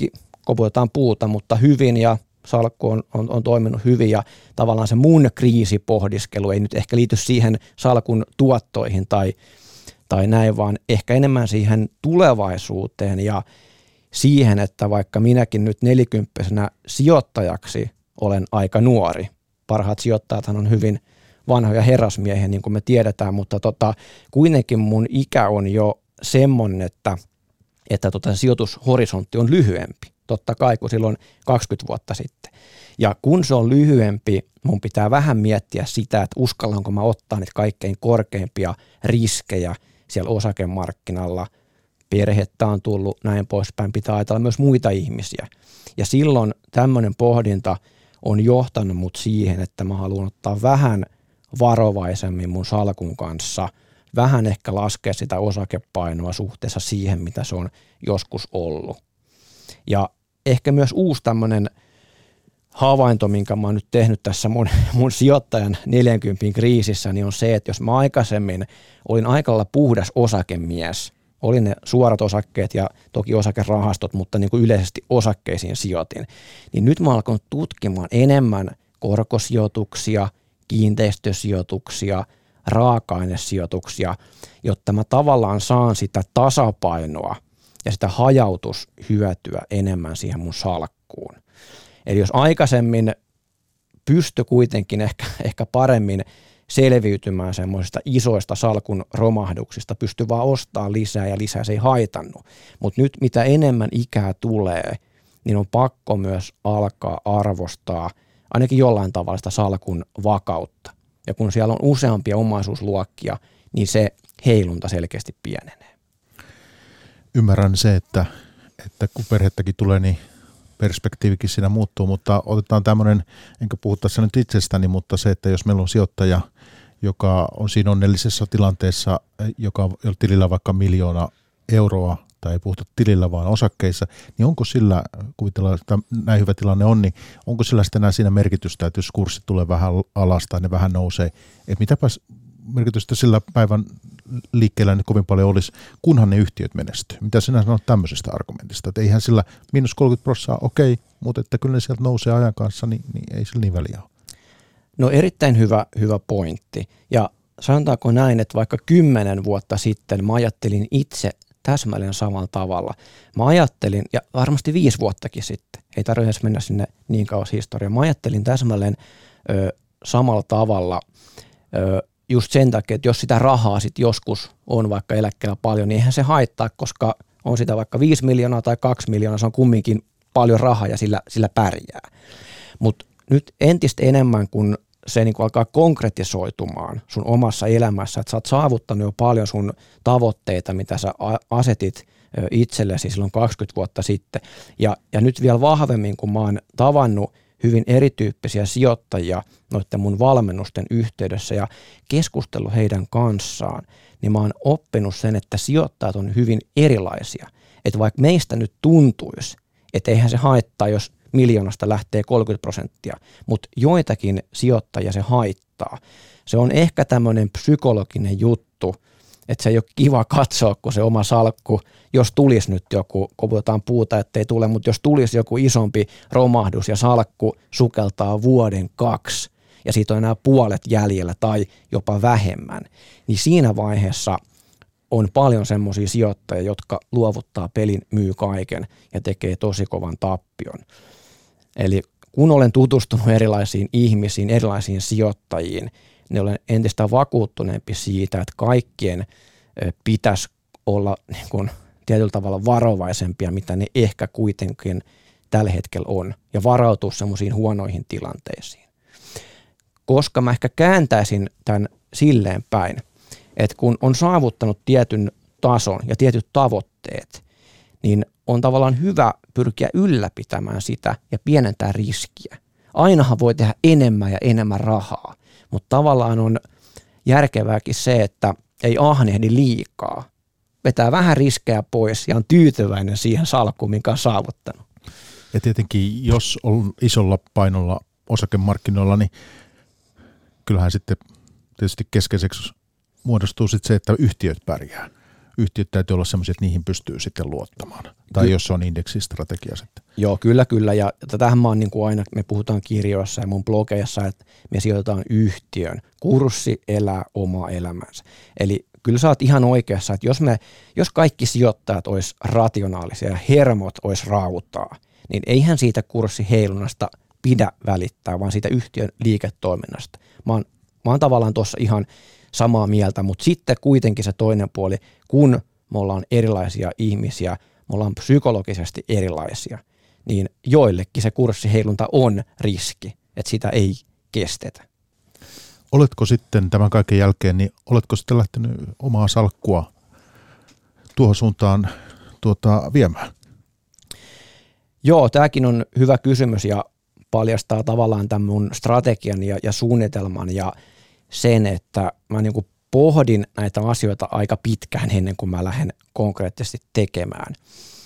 koputetaan puuta, mutta hyvin ja salkku on, on, on toiminut hyvin ja tavallaan se mun kriisipohdiskelu ei nyt ehkä liity siihen salkun tuottoihin tai, tai näin, vaan ehkä enemmän siihen tulevaisuuteen ja siihen, että vaikka minäkin nyt nelikymppisenä sijoittajaksi olen aika nuori. Parhaat sijoittajathan on hyvin vanhoja herrasmiehiä, niin kuin me tiedetään, mutta tota, kuitenkin mun ikä on jo semmoinen, että, että tota, sijoitushorisontti on lyhyempi. Totta kai, kun silloin kaksikymmentä vuotta sitten. Ja kun se on lyhyempi, mun pitää vähän miettiä sitä, että uskallanko mä ottaa niitä kaikkein korkeimpia riskejä siellä osakemarkkinalla. Perhettä on tullut, näin poispäin. Pitää ajatella myös muita ihmisiä. Ja silloin tämmöinen pohdinta on johtanut mut siihen, että mä haluan ottaa vähän varovaisemmin mun salkun kanssa, vähän ehkä laskea sitä osakepainoa suhteessa siihen, mitä se on joskus ollut. Ja ehkä myös uusi tämmöinen havainto, minkä mä oon nyt tehnyt tässä mun, mun sijoittajan neljänkympin kriisissä, niin on se, että jos mä aikaisemmin olin aika lailla puhdas osakemies, oli ne suorat osakkeet ja toki osakerahastot, mutta niin kuin yleisesti osakkeisiin sijoitin, niin nyt mä oon alkanut tutkimaan enemmän korkosijoituksia, kiinteistösijoituksia, raaka-ainesijoituksia, jotta mä tavallaan saan sitä tasapainoa ja sitä hajautushyötyä enemmän siihen mun salkkuun. Eli jos aikaisemmin pystyi kuitenkin ehkä, ehkä paremmin selviytymään semmoisista isoista salkun romahduksista, pystyi vaan ostamaan lisää ja lisää, se ei haitannut. Mutta nyt mitä enemmän ikää tulee, niin on pakko myös alkaa arvostaa ainakin jollain tavalla sitä salkun vakautta. Ja kun siellä on useampia omaisuusluokkia, niin se heilunta selkeästi pienenee. Ymmärrän se, että, että kun perhettäkin tulee, niin perspektiivikin siinä muuttuu, mutta otetaan tämmöinen, enkä puhu tässä nyt itsestäni, mutta se, että jos meillä on sijoittaja, joka on siinä onnellisessa tilanteessa, joka on tilillä vaikka miljoona euroa, tai ei puhuta tilillä, vaan osakkeissa, niin onko sillä, kuvitellaan, että näin hyvä tilanne on, niin onko sillä sitten enää siinä merkitystä, että jos kurssi tulee vähän alas tai ne vähän nousee, että mitäpäs merkitystä sillä päivän liikkeellä nyt kovin paljon olisi, kunhan ne yhtiöt menestyy. Mitä sinä sanot tämmöisestä argumentista, että eihän sillä miinus kolmekymmentä prosenttia, okei, mutta että kyllä ne sieltä nousee ajan kanssa, niin, niin ei sillä niin väliä ole. No erittäin hyvä, hyvä pointti. Ja sanotaanko näin, että vaikka kymmenen vuotta sitten mä ajattelin itse täsmälleen samalla tavalla. Mä ajattelin, ja varmasti viisi vuottakin sitten, ei tarvitse edes mennä sinne niin kauas historiaan, mä ajattelin täsmälleen ö, samalla tavalla ö, just sen takia, että jos sitä rahaa sitten joskus on vaikka eläkkeellä paljon, niin eihän se haittaa, koska on sitä vaikka viisi miljoonaa tai kaksi miljoonaa, se on kumminkin paljon rahaa ja sillä, sillä pärjää. Mutta nyt entistä enemmän, kun se niin kuin alkaa konkretisoitumaan sun omassa elämässä, että sä oot saavuttanut jo paljon sun tavoitteita, mitä sä asetit itsellesi silloin kaksikymmentä vuotta sitten. Ja, ja nyt vielä vahvemmin, kun mä oon tavannut hyvin erityyppisiä sijoittajia noiden mun valmennusten yhteydessä ja keskustellut heidän kanssaan, niin mä oon oppinut sen, että sijoittajat on hyvin erilaisia. Että vaikka meistä nyt tuntuisi, että eihän se haittaa, jos miljoonasta lähtee kolmekymmentä prosenttia, mutta joitakin sijoittajia se haittaa. Se on ehkä tämmöinen psykologinen juttu, että se ei ole kiva katsoa, kun se oma salkku, jos tulisi nyt joku, koputetaan puuta, ettei tule, mutta jos tulisi joku isompi romahdus ja salkku sukeltaa vuoden kaksi ja siitä on enää puolet jäljellä tai jopa vähemmän, niin siinä vaiheessa on paljon semmoisia sijoittajia, jotka luovuttaa pelin, myy kaiken ja tekee tosi kovan tappion. Eli kun olen tutustunut erilaisiin ihmisiin, erilaisiin sijoittajiin, niin olen entistä vakuuttuneempi siitä, että kaikkien pitäisi olla niin kuin tietyllä tavalla varovaisempia, mitä ne ehkä kuitenkin tällä hetkellä on, ja varautua semmoisiin huonoihin tilanteisiin. Koska mä ehkä kääntäisin tämän silleen päin, että kun on saavuttanut tietyn tason ja tietyt tavoitteet, niin on tavallaan hyvä pyrkiä ylläpitämään sitä ja pienentää riskiä. Ainahan voi tehdä enemmän ja enemmän rahaa, mutta tavallaan on järkevääkin se, että ei ahnehdi liikaa. Vetää vähän riskejä pois ja on tyytyväinen siihen salkkuun, minkä on saavuttanut. Ja tietenkin, jos on isolla painolla osakemarkkinoilla, niin kyllähän sitten tietysti keskeiseksi muodostuu sitten se, että yhtiöt pärjää. yhtiöt täytyy olla sellaisia, että niihin pystyy sitten luottamaan. Tai Ky- jos on indeksistrategia sitten. Joo, kyllä, kyllä. Ja tätähän mä oon niin kuin aina, me puhutaan kirjoissa ja mun blogeissa, että me sijoitetaan yhtiön. Kurssi elää omaa elämänsä. Eli kyllä sä oot ihan oikeassa, että jos, me, jos kaikki sijoittajat olisi rationaalisia ja hermot olisi rautaa, niin eihän siitä kurssiheilunnasta pidä välittää, vaan siitä yhtiön liiketoiminnasta. Mä oon, mä oon tavallaan tuossa ihan samaa mieltä, mutta sitten kuitenkin se toinen puoli, kun me ollaan erilaisia ihmisiä, me ollaan psykologisesti erilaisia, niin joillekin se kurssiheilunta on riski, että sitä ei kestetä. Oletko sitten tämän kaiken jälkeen, niin oletko sitten lähtenyt omaa salkkua tuohon suuntaan tuota, viemään? Joo, tämäkin on hyvä kysymys ja paljastaa tavallaan tämän mun strategian ja, ja suunnitelman ja sen, että mä niin kuin pohdin näitä asioita aika pitkään ennen kuin mä lähden konkreettisesti tekemään.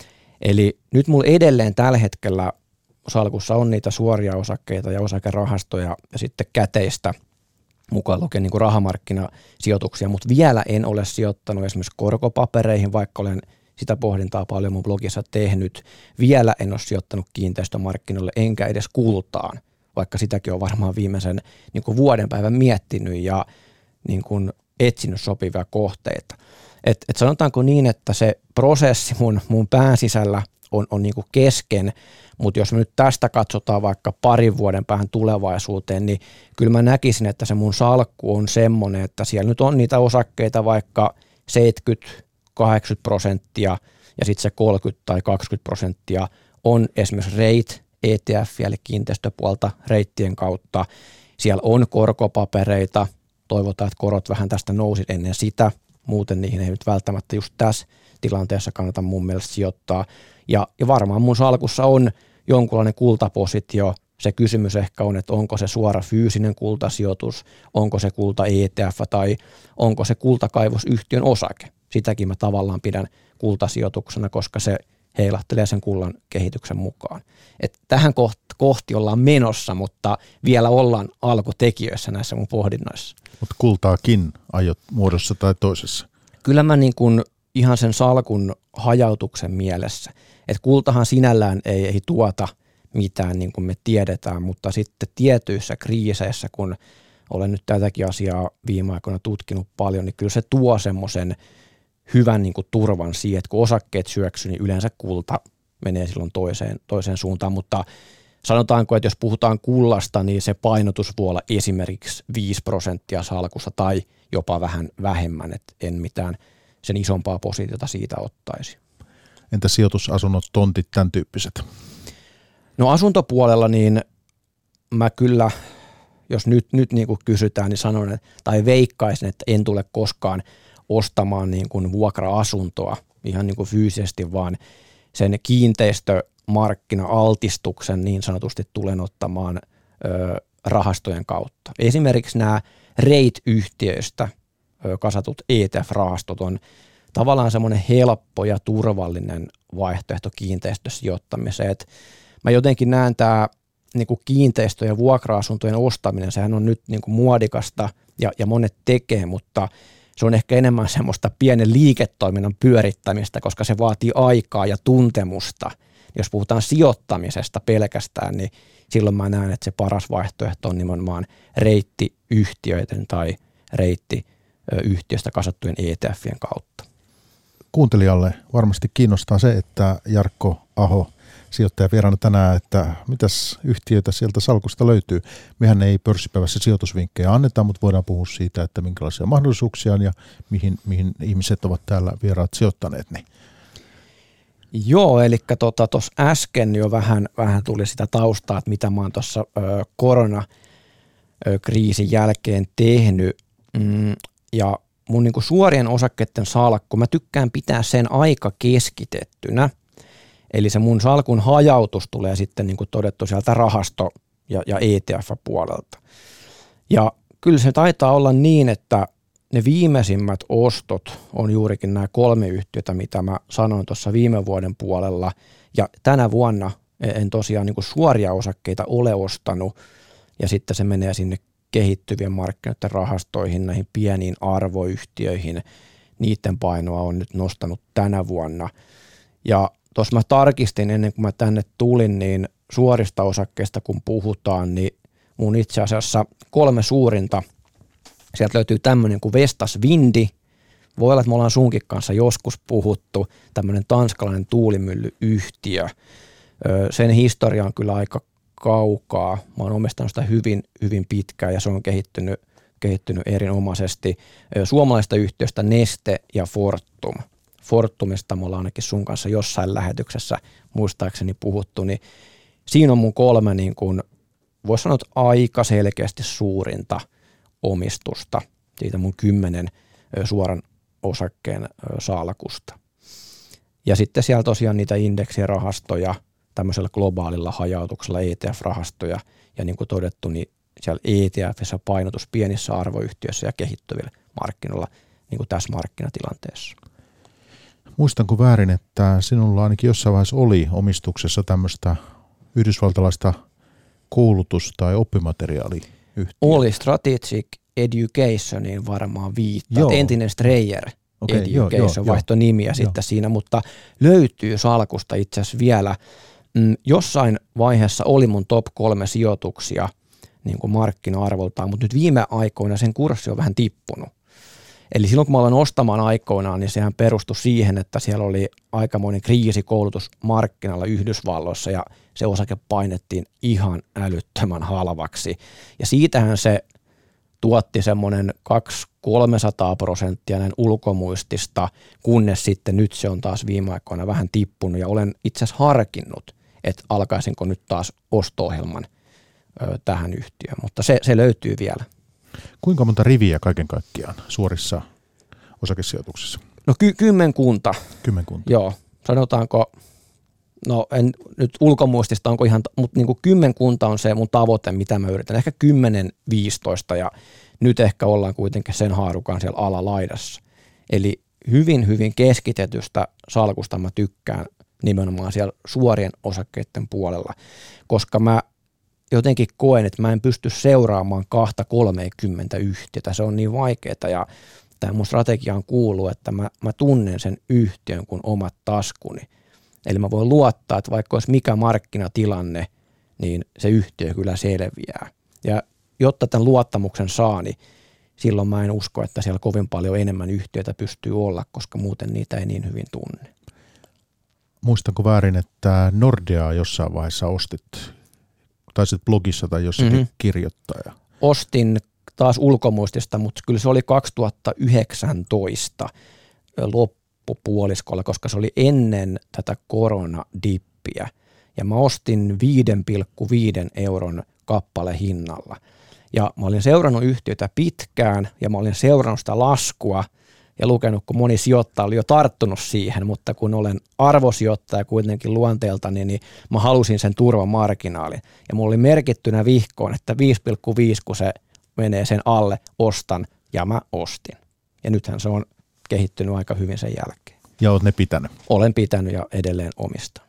Eli nyt mulla edelleen tällä hetkellä salkussa on niitä suoria osakkeita ja osakerahastoja ja sitten käteistä, mukaan lukien niin kuin rahamarkkinasijoituksia, mutta vielä en ole sijoittanut esimerkiksi korkopapereihin, vaikka olen sitä pohdintaa paljon mun blogissa tehnyt. Vielä en ole sijoittanut kiinteistömarkkinoille enkä edes kultaan, vaikka sitäkin on varmaan viimeisen niin kuin vuoden päivän miettinyt ja niin kuin etsinyt sopivia kohteita. Et, et sanotaanko niin, että se prosessi mun, mun pään sisällä on, on niin kuin kesken, mutta jos me nyt tästä katsotaan vaikka parin vuoden päähän tulevaisuuteen, niin kyllä mä näkisin, että se mun salkku on semmoinen, että siellä nyt on niitä osakkeita vaikka seitsemänkymmentä kahdeksankymmentä prosenttia ja sitten se kolmekymmentä tai kaksikymmentä prosenttia on esimerkiksi reit, E T F eli kiinteistöpuolta reittien kautta. Siellä on korkopapereita, toivotaan, että korot vähän tästä nousi ennen sitä, muuten niihin ei nyt välttämättä just tässä tilanteessa kannata mun mielestä sijoittaa. Ja, ja varmaan mun salkussa on jonkunlainen kultapositio. Se kysymys ehkä on, että onko se suora fyysinen kultasijoitus, onko se kulta E T F tai onko se kultakaivosyhtiön osake. Sitäkin mä tavallaan pidän kultasijoituksena, koska se heilahtelee sen kullan kehityksen mukaan. Et tähän kohti ollaan menossa, mutta vielä ollaan alkutekijöissä näissä mun pohdinnoissa. Mutta kultaakin aiot muodossa tai toisessa? Kyllä mä niin kuin ihan sen salkun hajautuksen mielessä. Että kultahan sinällään ei, ei tuota mitään niin kuin me tiedetään, mutta sitten tietyissä kriiseissä, kun olen nyt tätäkin asiaa viime aikoina tutkinut paljon, niin kyllä se tuo semmoisen hyvän niin kuin turvan siihen, että kun osakkeet syöksyy, niin yleensä kulta menee silloin toiseen, toiseen suuntaan, mutta sanotaanko, että jos puhutaan kullasta, niin se painotus voi olla esimerkiksi viisi prosenttia salkussa tai jopa vähän vähemmän, että en mitään sen isompaa positiota siitä ottaisi. Entä sijoitusasunnot, tontit, tämän tyyppiset? No asuntopuolella niin mä kyllä, jos nyt, nyt niin kuin kysytään, niin sanon, että, tai veikkaisin, että en tule koskaan ostamaan niin kuin vuokra-asuntoa ihan niin kuin fyysisesti, vaan sen kiinteistömarkkina-altistuksen niin sanotusti tulen ottamaan ö, rahastojen kautta. Esimerkiksi nämä REIT-yhtiöistä ö, kasatut E T F-rahastot on tavallaan semmoinen helppo ja turvallinen vaihtoehto kiinteistösijoittamiseen. Et mä jotenkin näen tämä niin kuin kiinteistö- ja vuokra-asuntojen ostaminen, sehän on nyt niin kuin muodikasta ja, ja monet tekee, mutta se on ehkä enemmän semmoista pienen liiketoiminnan pyörittämistä, koska se vaatii aikaa ja tuntemusta. Jos puhutaan sijoittamisesta pelkästään, niin silloin mä näen, että se paras vaihtoehto on nimenomaan reittiyhtiöiden tai reittiyhtiöstä kasattujen E T F:ien kautta. Kuuntelijalle varmasti kiinnostaa se, että Jarkko Aho, sijoittaja vieraana tänään, että mitäs yhtiöitä sieltä salkusta löytyy. Mehän ei pörssipäivässä sijoitusvinkkejä anneta, mutta voidaan puhua siitä, että minkälaisia mahdollisuuksia on ja mihin, mihin ihmiset ovat täällä vieraat sijoittaneet. Niin. Joo, eli tuossa tota, äsken jo vähän, vähän tuli sitä taustaa, että mitä mä oon tuossa koronakriisin jälkeen tehnyt. Mm, ja mun niinku suorien osakkeiden salkku, mä tykkään pitää sen aika keskitettynä. Eli se mun salkun hajautus tulee sitten niin kuin todettu sieltä rahasto- ja, ja E T F-puolelta. Ja kyllä se taitaa olla niin, että ne viimeisimmät ostot on juurikin nämä kolme yhtiötä, mitä mä sanoin tuossa viime vuoden puolella. Ja tänä vuonna en tosiaan niin kuin suoria osakkeita ole ostanut. Ja sitten se menee sinne kehittyvien markkinoiden rahastoihin, näihin pieniin arvoyhtiöihin, niiden painoa on nyt nostanut tänä vuonna. Ja tuossa mä tarkistin ennen kuin mä tänne tulin, niin suorista osakkeista kun puhutaan, niin mun itse asiassa kolme suurinta, sieltä löytyy tämmöinen kuin Vestas Vindi, voi olla, että me ollaan sunkin kanssa joskus puhuttu, tämmöinen tanskalainen tuulimyllyyhtiö. Sen historia on kyllä aika kaukaa. Mä oon omistanut sitä hyvin, hyvin pitkään ja se on kehittynyt, kehittynyt erinomaisesti. Suomalaista yhtiöstä Neste ja Fortum. Fortumista me ollaan ainakin sun kanssa jossain lähetyksessä muistaakseni puhuttu, niin siinä on mun kolme niin kuin, voisi sanoa, aika selkeästi suurinta omistusta siitä mun kymmenen suoran osakkeen salkusta. Ja sitten siellä tosiaan niitä indeksirahastoja, tämmöisellä globaalilla hajautuksella E T F-rahastoja, ja niin kuin todettu, niin siellä E T F:ssä painotus pienissä arvoyhtiöissä ja kehittyvillä markkinoilla niin kuin tässä markkinatilanteessa. Muistanko väärin, että sinulla ainakin jossain vaiheessa oli omistuksessa tämmöistä yhdysvaltalaista koulutus- tai oppimateriaaliyhtiöä? Oli Strategic Educationin varmaan viittaa. Entinen Strayer okay, Education vaihtoi nimiä sitten siinä, mutta löytyy salkusta itse asiassa vielä. Mm, jossain vaiheessa oli mun top kolme sijoituksia niin kuin markkina-arvoltaan, mutta nyt viime aikoina sen kurssi on vähän tippunut. Eli silloin kun mä aloin ostamaan aikoinaan, niin sehän perustui siihen, että siellä oli aikamoinen kriisi koulutusmarkkinalla Yhdysvalloissa ja se osake painettiin ihan älyttömän halvaksi. Ja siitähän se tuotti semmoinen kaksisataa kolmesataa prosenttia näin ulkomuistista, kunnes sitten nyt se on taas viime aikoina vähän tippunut ja olen itse asiassa harkinnut, että alkaisinko nyt taas osto-ohjelman ö, tähän yhtiöön, mutta se, se löytyy vielä. Kuinka monta riviä kaiken kaikkiaan suorissa osakesijoituksissa? No ky- kymmenkunta. Kymmenkunta. Joo, sanotaanko, no en nyt ulkomuistista onko ihan, mutta niin kuin kymmenkunta on se mun tavoite, mitä mä yritän. Ehkä kymmenen viisitoista ja nyt ehkä ollaan kuitenkin sen haarukan siellä alalaidassa. Eli hyvin, hyvin keskitetystä salkusta mä tykkään nimenomaan siellä suorien osakkeiden puolella, koska mä jotenkin koen, että mä en pysty seuraamaan kahta kolmekymmentä yhtiötä. Se on niin vaikeaa ja tämä mun strategiaan kuuluu, että mä, mä tunnen sen yhtiön kuin omat taskuni. Eli mä voin luottaa, että vaikka olisi mikä markkinatilanne, niin se yhtiö kyllä selviää. Ja jotta tämän luottamuksen saa, niin silloin mä en usko, että siellä kovin paljon enemmän yhtiöitä pystyy olla, koska muuten niitä ei niin hyvin tunne. Muistanko väärin, että Nordeaa jossain vaiheessa ostit? Taisit blogissa tai jossakin mm-hmm. kirjoittaja. Ostin taas ulkomuistista, mutta kyllä se oli kaksituhattayhdeksäntoista loppupuoliskolla, koska se oli ennen tätä koronadippiä. Ja mä ostin viisi pilkku viisi euron kappale hinnalla. Ja mä olin seurannut yhtiötä pitkään ja mä olin seurannut sitä laskua ja lukenut, kun moni sijoittaja oli jo tarttunut siihen, mutta kun olen arvosijoittaja kuitenkin luonteeltani, niin mä halusin sen turvamarginaalin. Ja mulla oli merkittynä vihkoon, että viisi pilkku viisi, kun se menee sen alle, ostan, ja mä ostin. Ja nythän se on kehittynyt aika hyvin sen jälkeen. Ja olet ne pitänyt? Olen pitänyt ja edelleen omistan.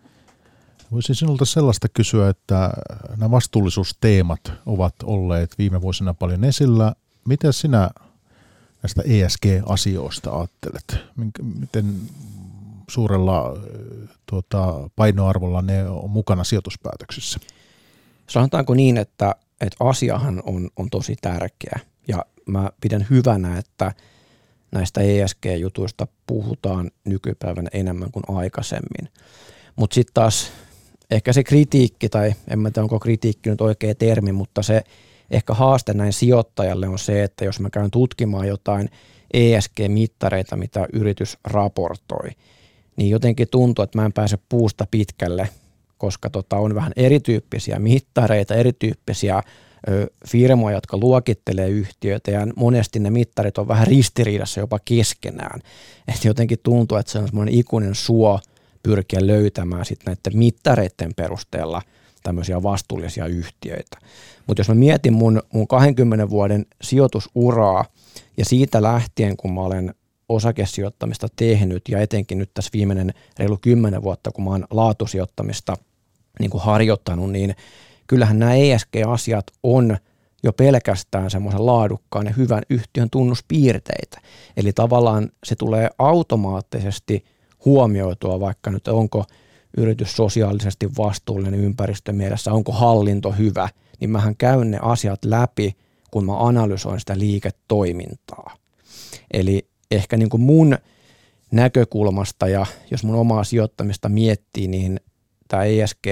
Voisin sinulta sellaista kysyä, että nämä vastuullisuusteemat ovat olleet viime vuosina paljon esillä. Miten sinä näistä E S G-asioista ajattelet? Miten suurella tuota, painoarvolla ne on mukana sijoituspäätöksissä? Sanotaanko niin, että, että asiahan on, on tosi tärkeä ja mä pidän hyvänä, että näistä E S G-jutuista puhutaan nykypäivänä enemmän kuin aikaisemmin. Mutta sitten taas ehkä se kritiikki, tai en mä tiedä onko kritiikki nyt oikea termi, mutta se ehkä haaste näin sijoittajalle on se, että jos mä käyn tutkimaan jotain E S G-mittareita, mitä yritys raportoi, niin jotenkin tuntuu, että mä en pääse puusta pitkälle, koska tota on vähän erityyppisiä mittareita, erityyppisiä ö, firmoja, jotka luokittelee yhtiöitä, ja monesti ne mittarit on vähän ristiriidassa jopa keskenään. Että jotenkin tuntuu, että se on semmoinen ikuinen suo pyrkiä löytämään sitten näiden mittareiden perusteella tämmöisiä vastuullisia yhtiöitä. Mutta jos mä mietin mun, mun kahdenkymmenen vuoden sijoitusuraa ja siitä lähtien, kun mä olen osakesijoittamista tehnyt ja etenkin nyt tässä viimeinen reilu kymmenen vuotta, kun mä oon laatusijoittamista niin kuin harjoittanut, niin kyllähän nämä E S G-asiat on jo pelkästään semmoisen laadukkaan ja hyvän yhtiön tunnuspiirteitä. Eli tavallaan se tulee automaattisesti huomioitua, vaikka nyt onko yritys sosiaalisesti vastuullinen ympäristömielessä, onko hallinto hyvä, niin mähän käyn ne asiat läpi, kun mä analysoin sitä liiketoimintaa. Eli ehkä niin kuin mun näkökulmasta ja jos mun omaa sijoittamista miettii, niin tämä E S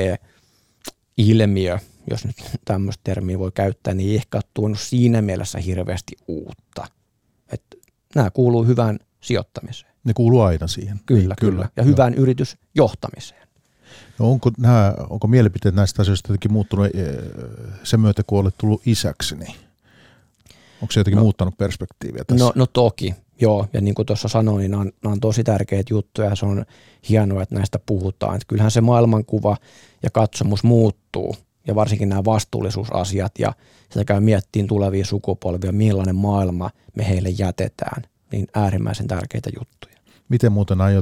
G-ilmiö, jos nyt tämmöistä termiä voi käyttää, niin ei ehkä ole tuonut siinä mielessä hirveästi uutta. Että nämä kuuluu hyvään sijoittamiseen. Ne kuuluu aina siihen. Kyllä, niin, kyllä. kyllä. Ja hyvään no. yritysjohtamiseen. No onko, nämä, onko mielipiteet näistä asioista jotenkin muuttunut sen myötä, kun olet tullut isäksi? Niin onko se jotenkin no, muuttanut perspektiiviä tässä? No, no toki, joo. Ja niin kuin tuossa sanoin, niin nämä on, nämä on tosi tärkeitä juttuja ja se on hienoa, että näistä puhutaan. Että kyllähän se maailmankuva ja katsomus muuttuu ja varsinkin nämä vastuullisuusasiat ja sitä käy miettiin tulevia sukupolvia, millainen maailma me heille jätetään. Niin äärimmäisen tärkeitä juttuja. Miten muuten aiot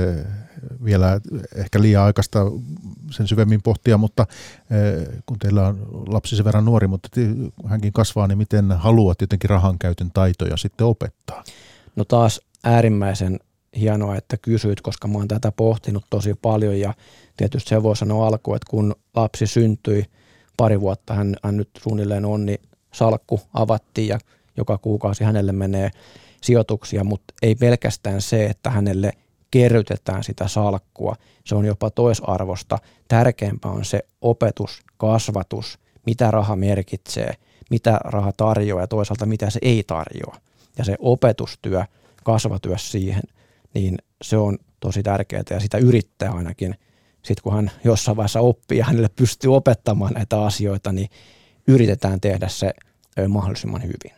vielä ehkä liian aikaista sen syvemmin pohtia, mutta kun teillä on lapsi sen verran nuori, mutta hänkin kasvaa, niin miten haluat jotenkin rahankäytön taitoja sitten opettaa? No taas äärimmäisen hienoa, että kysyit, koska mä oon tätä pohtinut tosi paljon ja tietysti se voi sanoa alkuun, että kun lapsi syntyi pari vuotta, hän, hän nyt suunnilleen on, niin salkku avattiin ja joka kuukausi hänelle menee sijoituksia, mutta ei pelkästään se, että hänelle kerrytetään sitä salkkua. Se on jopa toisarvosta. Tärkeämpää on se opetus, kasvatus, mitä raha merkitsee, mitä raha tarjoaa ja toisaalta mitä se ei tarjoa. Ja se opetustyö, kasvatyö siihen, niin se on tosi tärkeää ja sitä yrittää ainakin. Sitten kun hän jossain vaiheessa oppii ja hänelle pystyy opettamaan näitä asioita, niin yritetään tehdä se mahdollisimman hyvin.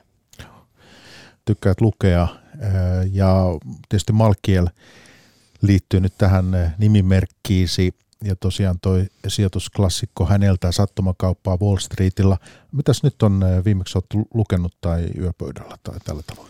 Tykkäät lukea ja tietysti Malkiel liittyy nyt tähän nimimerkkiisi ja tosiaan toi sijoitusklassikko häneltä sattumakauppaa Wall Streetillä. Mitäs nyt on viimeksi olet lukenut tai yöpöydällä tai tällä tavoin?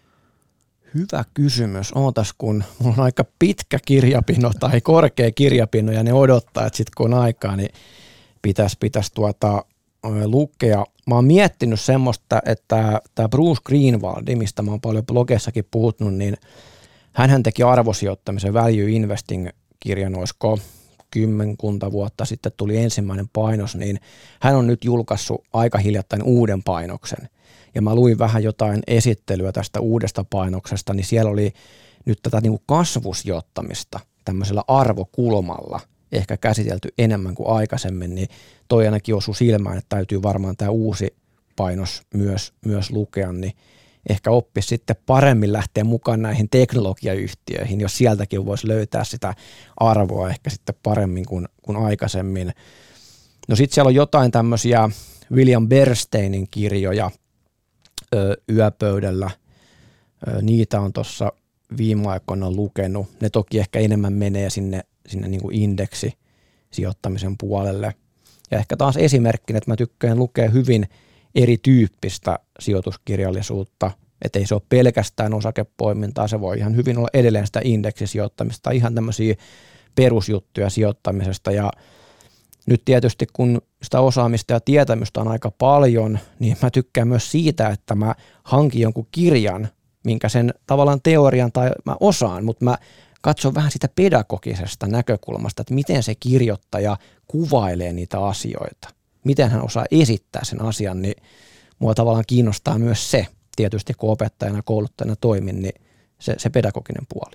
Hyvä kysymys. Ootas, kun mulla on aika pitkä kirjapino tai korkea kirjapino ja ne odottaa, että sitten kun on aikaa, niin pitäisi, pitäisi tuota lukea. Mä oon miettinyt semmoista, että tämä Bruce Greenwald, mistä mä oon paljon blogeissakin puhunut, niin hänhän teki arvosijoittamisen Value Investing-kirjan, olisiko kymmenkunta vuotta sitten tuli ensimmäinen painos, niin hän on nyt julkaissut aika hiljattain uuden painoksen. Ja mä luin vähän jotain esittelyä tästä uudesta painoksesta, niin siellä oli nyt tätä niin kuin kasvusijoittamista tämmöisellä arvokulmalla ehkä käsitelty enemmän kuin aikaisemmin, niin toi ainakin osui silmään, että täytyy varmaan tämä uusi painos myös, myös lukea, niin ehkä oppisi sitten paremmin lähteä mukaan näihin teknologiayhtiöihin, jos sieltäkin voisi löytää sitä arvoa ehkä sitten paremmin kuin, kuin aikaisemmin. No sitten siellä on jotain tämmöisiä William Bernsteinin kirjoja ö, yöpöydällä, ö, niitä on tuossa viime aikoina lukenut, ne toki ehkä enemmän menee sinne sinne niin kuin indeksisijoittamisen puolelle. Ja ehkä taas esimerkkinä, että mä tykkään lukea hyvin erityyppistä sijoituskirjallisuutta, että ei se ole pelkästään osakepoimintaa, se voi ihan hyvin olla edelleen sitä indeksisijoittamista, ihan tämmöisiä perusjuttuja sijoittamisesta. Ja nyt tietysti kun sitä osaamista ja tietämystä on aika paljon, niin mä tykkään myös siitä, että mä hankin jonkun kirjan, minkä sen tavallaan teorian tai mä osaan, mutta mä katson vähän sitä pedagogisesta näkökulmasta, että miten se kirjoittaja kuvailee niitä asioita. Miten hän osaa esittää sen asian, niin mua tavallaan kiinnostaa myös se, tietysti kun opettajana ja kouluttajana toimin, niin se, se pedagoginen puoli.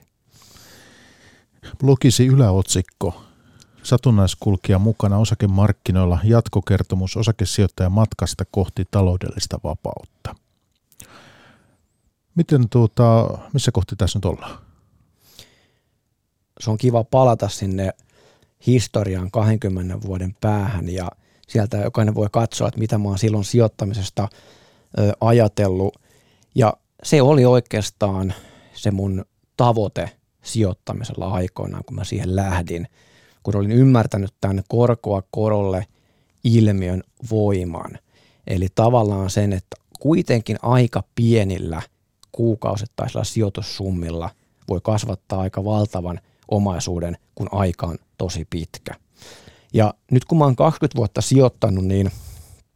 Blogisi yläotsikko. Satunnaiskulkija mukana osakemarkkinoilla, jatkokertomus osakesijoittajan matkasta kohti taloudellista vapautta. Miten tuota, missä kohti tässä nyt ollaan? Se on kiva palata sinne historiaan kahdenkymmenen vuoden päähän ja sieltä jokainen voi katsoa, että mitä mä oon silloin sijoittamisesta ö, ajatellut. Ja se oli oikeastaan se mun tavoite sijoittamisella aikoinaan, kun mä siihen lähdin, kun olin ymmärtänyt tämän korkoa korolle ilmiön voiman. Eli tavallaan sen, että kuitenkin aika pienillä kuukausittaisilla sijoitussummilla voi kasvattaa aika valtavan omaisuuden, kun aika on tosi pitkä. Ja nyt kun mä oon kaksikymmentä vuotta sijoittanut, niin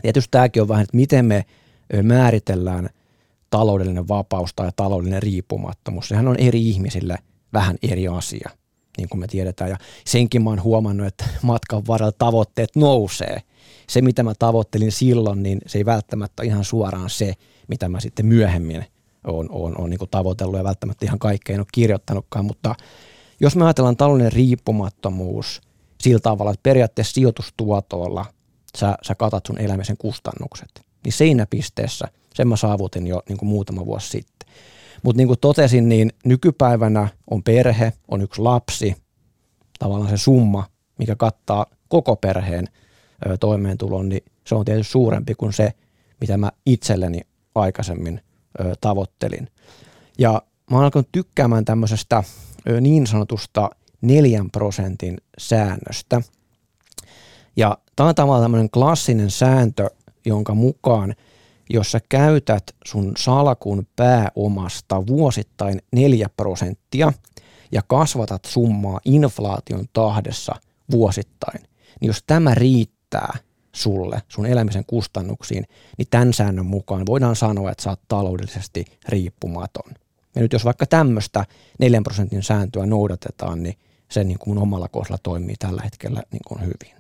Tietysti tämäkin on vähän, että miten me määritellään taloudellinen vapaus tai taloudellinen riippumattomuus. Sehän on eri ihmisille vähän eri asia, niin kuin me tiedetään. Ja senkin mä oon huomannut, että matkan varrella tavoitteet nousee. Se, mitä mä tavoittelin silloin, niin se ei välttämättä ole ihan suoraan se, mitä mä sitten myöhemmin oon, oon, oon niin kuin tavoitellut ja välttämättä ihan kaikkea en ole kirjoittanutkaan. Mutta jos me ajatellaan taloudellinen riippumattomuus sillä tavalla, että periaatteessa sijoitustuotolla sä, sä katat sun elämisen kustannukset, niin siinä pisteessä sen mä saavutin jo niin kuin muutama vuosi sitten. Mutta niin kuin totesin, niin nykypäivänä on perhe, on yksi lapsi, tavallaan se summa, mikä kattaa koko perheen ö, toimeentulon, niin se on tietysti suurempi kuin se, mitä mä itselleni aikaisemmin ö, tavoittelin. Ja mä oon alkanut tykkäämään tämmöisestä ö, niin sanotusta neljän prosentin säännöstä. Ja tämä on tavallaan tämmöinen klassinen sääntö, jonka mukaan jos sä käytät sun salkun pääomasta vuosittain neljä prosenttia ja kasvatat summaa inflaation tahdessa vuosittain, niin jos tämä riittää sulle, sun elämisen kustannuksiin, niin tämän säännön mukaan voidaan sanoa, että sä oot taloudellisesti riippumaton. Ja nyt jos vaikka tämmöistä neljän prosentin sääntöä noudatetaan, niin se niin kuin mun omalla kohdalla toimii tällä hetkellä niin kuin hyvin.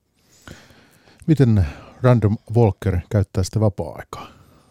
Miten Random Walker käyttää sitä vapaa-aikaa?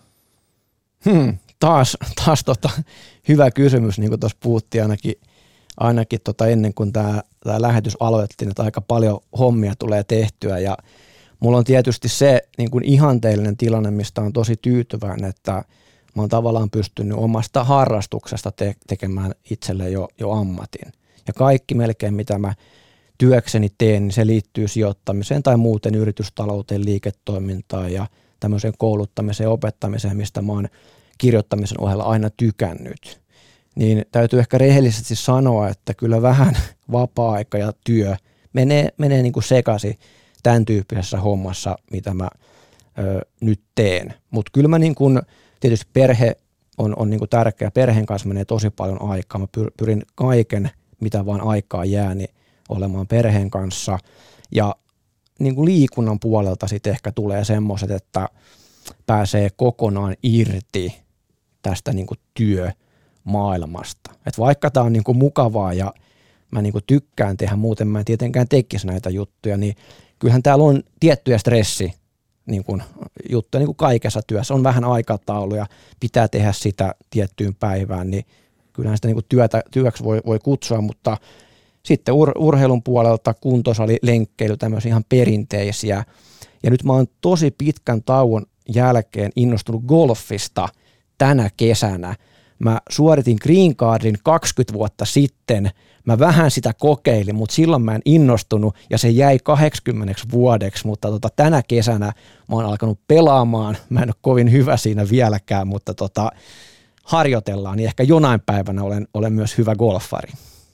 Hmm, taas taas tota, hyvä kysymys, niin kuin tuossa puhuttiin ainakin, ainakin tota ennen kuin tämä lähetys aloitettiin, että aika paljon hommia tulee tehtyä ja mulla on tietysti se niin kuin ihanteellinen tilanne, mistä on tosi tyytyväinen, että mä oon tavallaan pystynyt omasta harrastuksesta te- tekemään itselle jo, jo ammatin. Ja kaikki melkein mitä mä työkseni teen, niin se liittyy sijoittamiseen tai muuten yritystalouteen, liiketoimintaan ja tämmöiseen kouluttamiseen ja opettamiseen, mistä mä oon kirjoittamisen ohella aina tykännyt. Niin täytyy ehkä rehellisesti sanoa, että kyllä vähän vapaa-aika ja työ menee, menee niin kuin sekaisin tämän tyyppisessä hommassa, mitä mä ö, nyt teen. Mutta kyllä mä niin kuin, tietysti perhe on, on niin kuin tärkeä, perheen kanssa menee tosi paljon aikaa. Mä pyrin kaiken, mitä vaan aikaa jää, niin olemaan perheen kanssa. Ja niin kuin liikunnan puolelta sitten ehkä tulee semmoiset, että pääsee kokonaan irti tästä niin kuin työmaailmasta. Et vaikka tämä on niin kuin mukavaa ja mä niin kuin tykkään tehdä, muuten mä en tietenkään tekisi näitä juttuja, niin kyllähän täällä on tiettyjä stressi niin kuin juttuja niin kuin kaikessa työssä. On vähän aikatauluja, pitää tehdä sitä tiettyyn päivään, niin kyllähän sitä niin kuin työtä, työksi voi, voi kutsua, mutta sitten ur, urheilun puolelta kuntosali, lenkkeily, tämmöisiä ihan perinteisiä. Ja nyt mä oon tosi pitkän tauon jälkeen innostunut golfista tänä kesänä. Mä suoritin green cardin kaksikymmentä vuotta sitten. Mä vähän sitä kokeilin, mutta silloin mä en innostunut ja se jäi kahdeksankymmentä vuodeksi, mutta tota, tänä kesänä mä oon alkanut pelaamaan. Mä en ole kovin hyvä siinä vieläkään, mutta tota, harjoitellaan, niin ehkä jonain päivänä olen, olen myös hyvä golfari.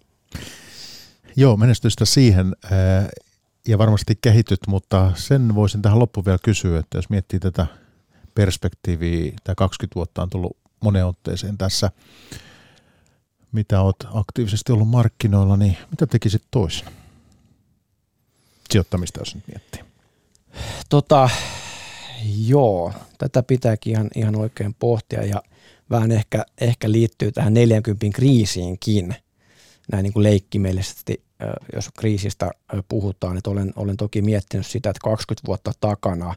Joo, menestystä siihen ja varmasti kehityt, mutta sen voisin tähän loppuun vielä kysyä, että jos miettii tätä perspektiiviä, tämä kaksikymmentä vuotta on tullut moneen otteeseen tässä, mitä olet aktiivisesti ollut markkinoilla, niin mitä tekisit toisin? Sijoittamista, jos nyt miettii. Tota, joo, tätä pitääkin ihan, ihan oikein pohtia ja vähän ehkä, ehkä liittyy tähän neljänkympin kriisiinkin. Näin niin kuin leikkimielisesti, jos kriisistä puhutaan, että olen, olen toki miettinyt sitä, että kaksikymmentä vuotta takana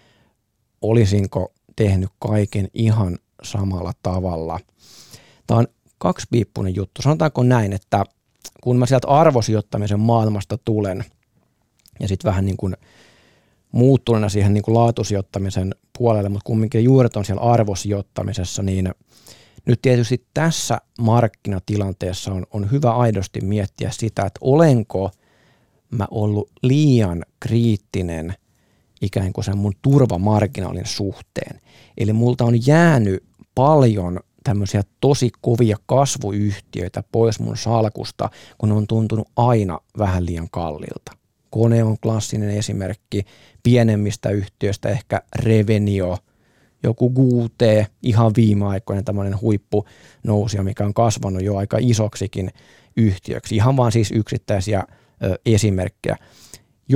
olisinko tehnyt kaiken ihan samalla tavalla. Tämä on kaksipiippunen juttu. Sanotaanko näin, että kun mä sieltä arvosijoittamisen maailmasta tulen ja sitten vähän niin kuin muuttuneena siihen niin kuin laatusijoittamisen puolelle, mutta kumminkin juuret on siellä arvosijoittamisessa, niin nyt tietysti tässä markkinatilanteessa on, on hyvä aidosti miettiä sitä, että olenko mä ollut liian kriittinen ikään kuin sen mun turvamarginaalin suhteen. Eli multa on jäänyt paljon tämmöisiä tosi kovia kasvuyhtiöitä pois mun salkusta, kun ne on tuntunut aina vähän liian kalliilta. Kone on klassinen esimerkki, pienemmistä yhtiöistä ehkä Revenio, joku G U T, ihan viime aikoina tämmöinen huippunousia, mikä on kasvanut jo aika isoksikin yhtiöksi. Ihan vaan siis yksittäisiä ö, esimerkkejä. Jos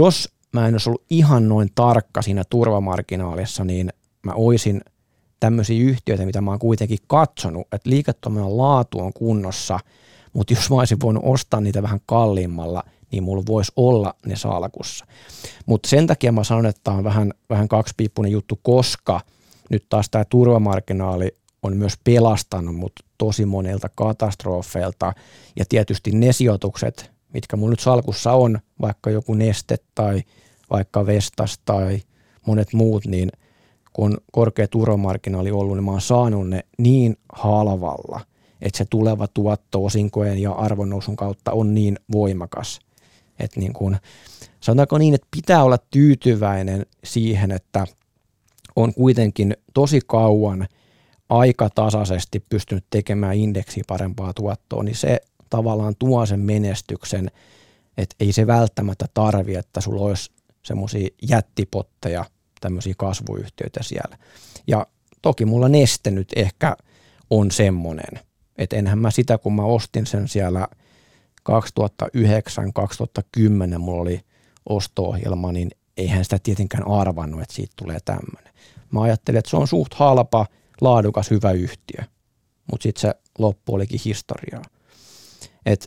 mä en olisi ollut ihan noin tarkka siinä turvamarginaalissa, niin mä oisin tämmöisiä yhtiöitä, mitä mä oon kuitenkin katsonut, että liiketoiminnan laatu on kunnossa, mutta jos mä olisin voinut ostaa niitä vähän kalliimmalla, niin mulla voisi olla ne salkussa. Mutta sen takia mä sanon, että tämä on vähän, vähän kaksipiippunen juttu, koska nyt taas tämä turvamarginaali on myös pelastanut mut tosi monilta katastrofeilta, ja tietysti ne sijoitukset, mitkä mulla nyt salkussa on, vaikka joku Neste tai vaikka Vestas tai monet muut, niin kun on korkea turvamarginaali ollut, niin mä oon saanut ne niin halvalla, että se tuleva tuotto osinkojen ja arvonnousun kautta on niin voimakas. Että niin kun, sanotaanko niin, että pitää olla tyytyväinen siihen, että on kuitenkin tosi kauan aika tasaisesti pystynyt tekemään indeksiä parempaa tuottoa, niin se tavallaan tuo sen menestyksen, että ei se välttämättä tarvi, että sulla olisi semmoisia jättipotteja, tämmöisiä kasvuyhtiöitä siellä. Ja toki mulla Neste nyt ehkä on semmoinen, että enhän mä sitä, kun mä ostin sen siellä kaksituhattayhdeksän kaksituhattakymmenen mulla oli osto-ohjelma, niin eihän sitä tietenkään arvannut, että siitä tulee tämmöinen. Mä ajattelin, että se on suht halpa, laadukas, hyvä yhtiö, mutta sitten se loppu olikin historiaa. Et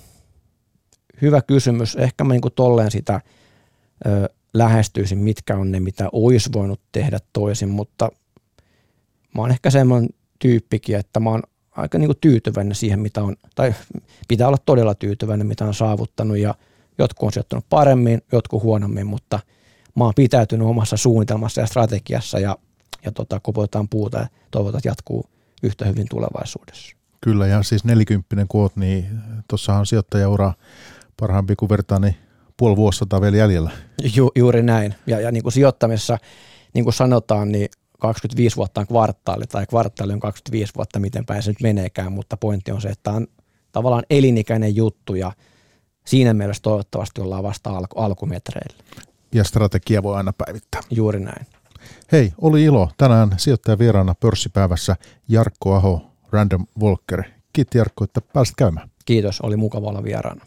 hyvä kysymys. Ehkä mä niinku tolleen sitä ö, lähestyisin, mitkä on ne, mitä olisi voinut tehdä toisin, mutta mä oon ehkä semmoinen tyyppikin, että mä oon aika niinku tyytyväinen siihen, mitä on, tai pitää olla todella tyytyväinen, mitä on saavuttanut, ja jotkut on sijoittanut paremmin, jotkut huonommin, mutta mä oon pitäytynyt omassa suunnitelmassa ja strategiassa, ja, ja tota, kopotetaan puuta ja toivotaan, että jatkuu yhtä hyvin tulevaisuudessa. Kyllä, ja siis nelikymppinen kun oot, niin tuossahan on sijoittajaura parhaampi kuin vertaa, niin puoli vuosisataa vielä jäljellä. Ju, juuri näin, ja, ja niin kuin sijoittamisessa, niin kuin sanotaan, niin kaksikymmentäviisi vuotta on kvartaali, tai kvartaali on kaksikymmentäviisi vuotta, miten päin se nyt meneekään, mutta pointti on se, että tämä on tavallaan elinikäinen juttu, ja siinä mielessä toivottavasti ollaan vasta alku, alkumetreillä. Ja strategia voi aina päivittää. Juuri näin. Hei, oli ilo. Tänään sijoittajavieraana pörssipäivässä Jarkko Aho, Random Walker. Kiitos Jarkko, että pääsit käymään. Kiitos, oli mukava olla vieraana.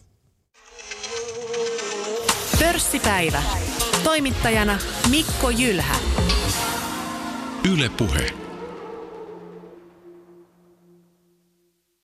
Pörssipäivä. Toimittajana Mikko Jylhä. Yle Puhe.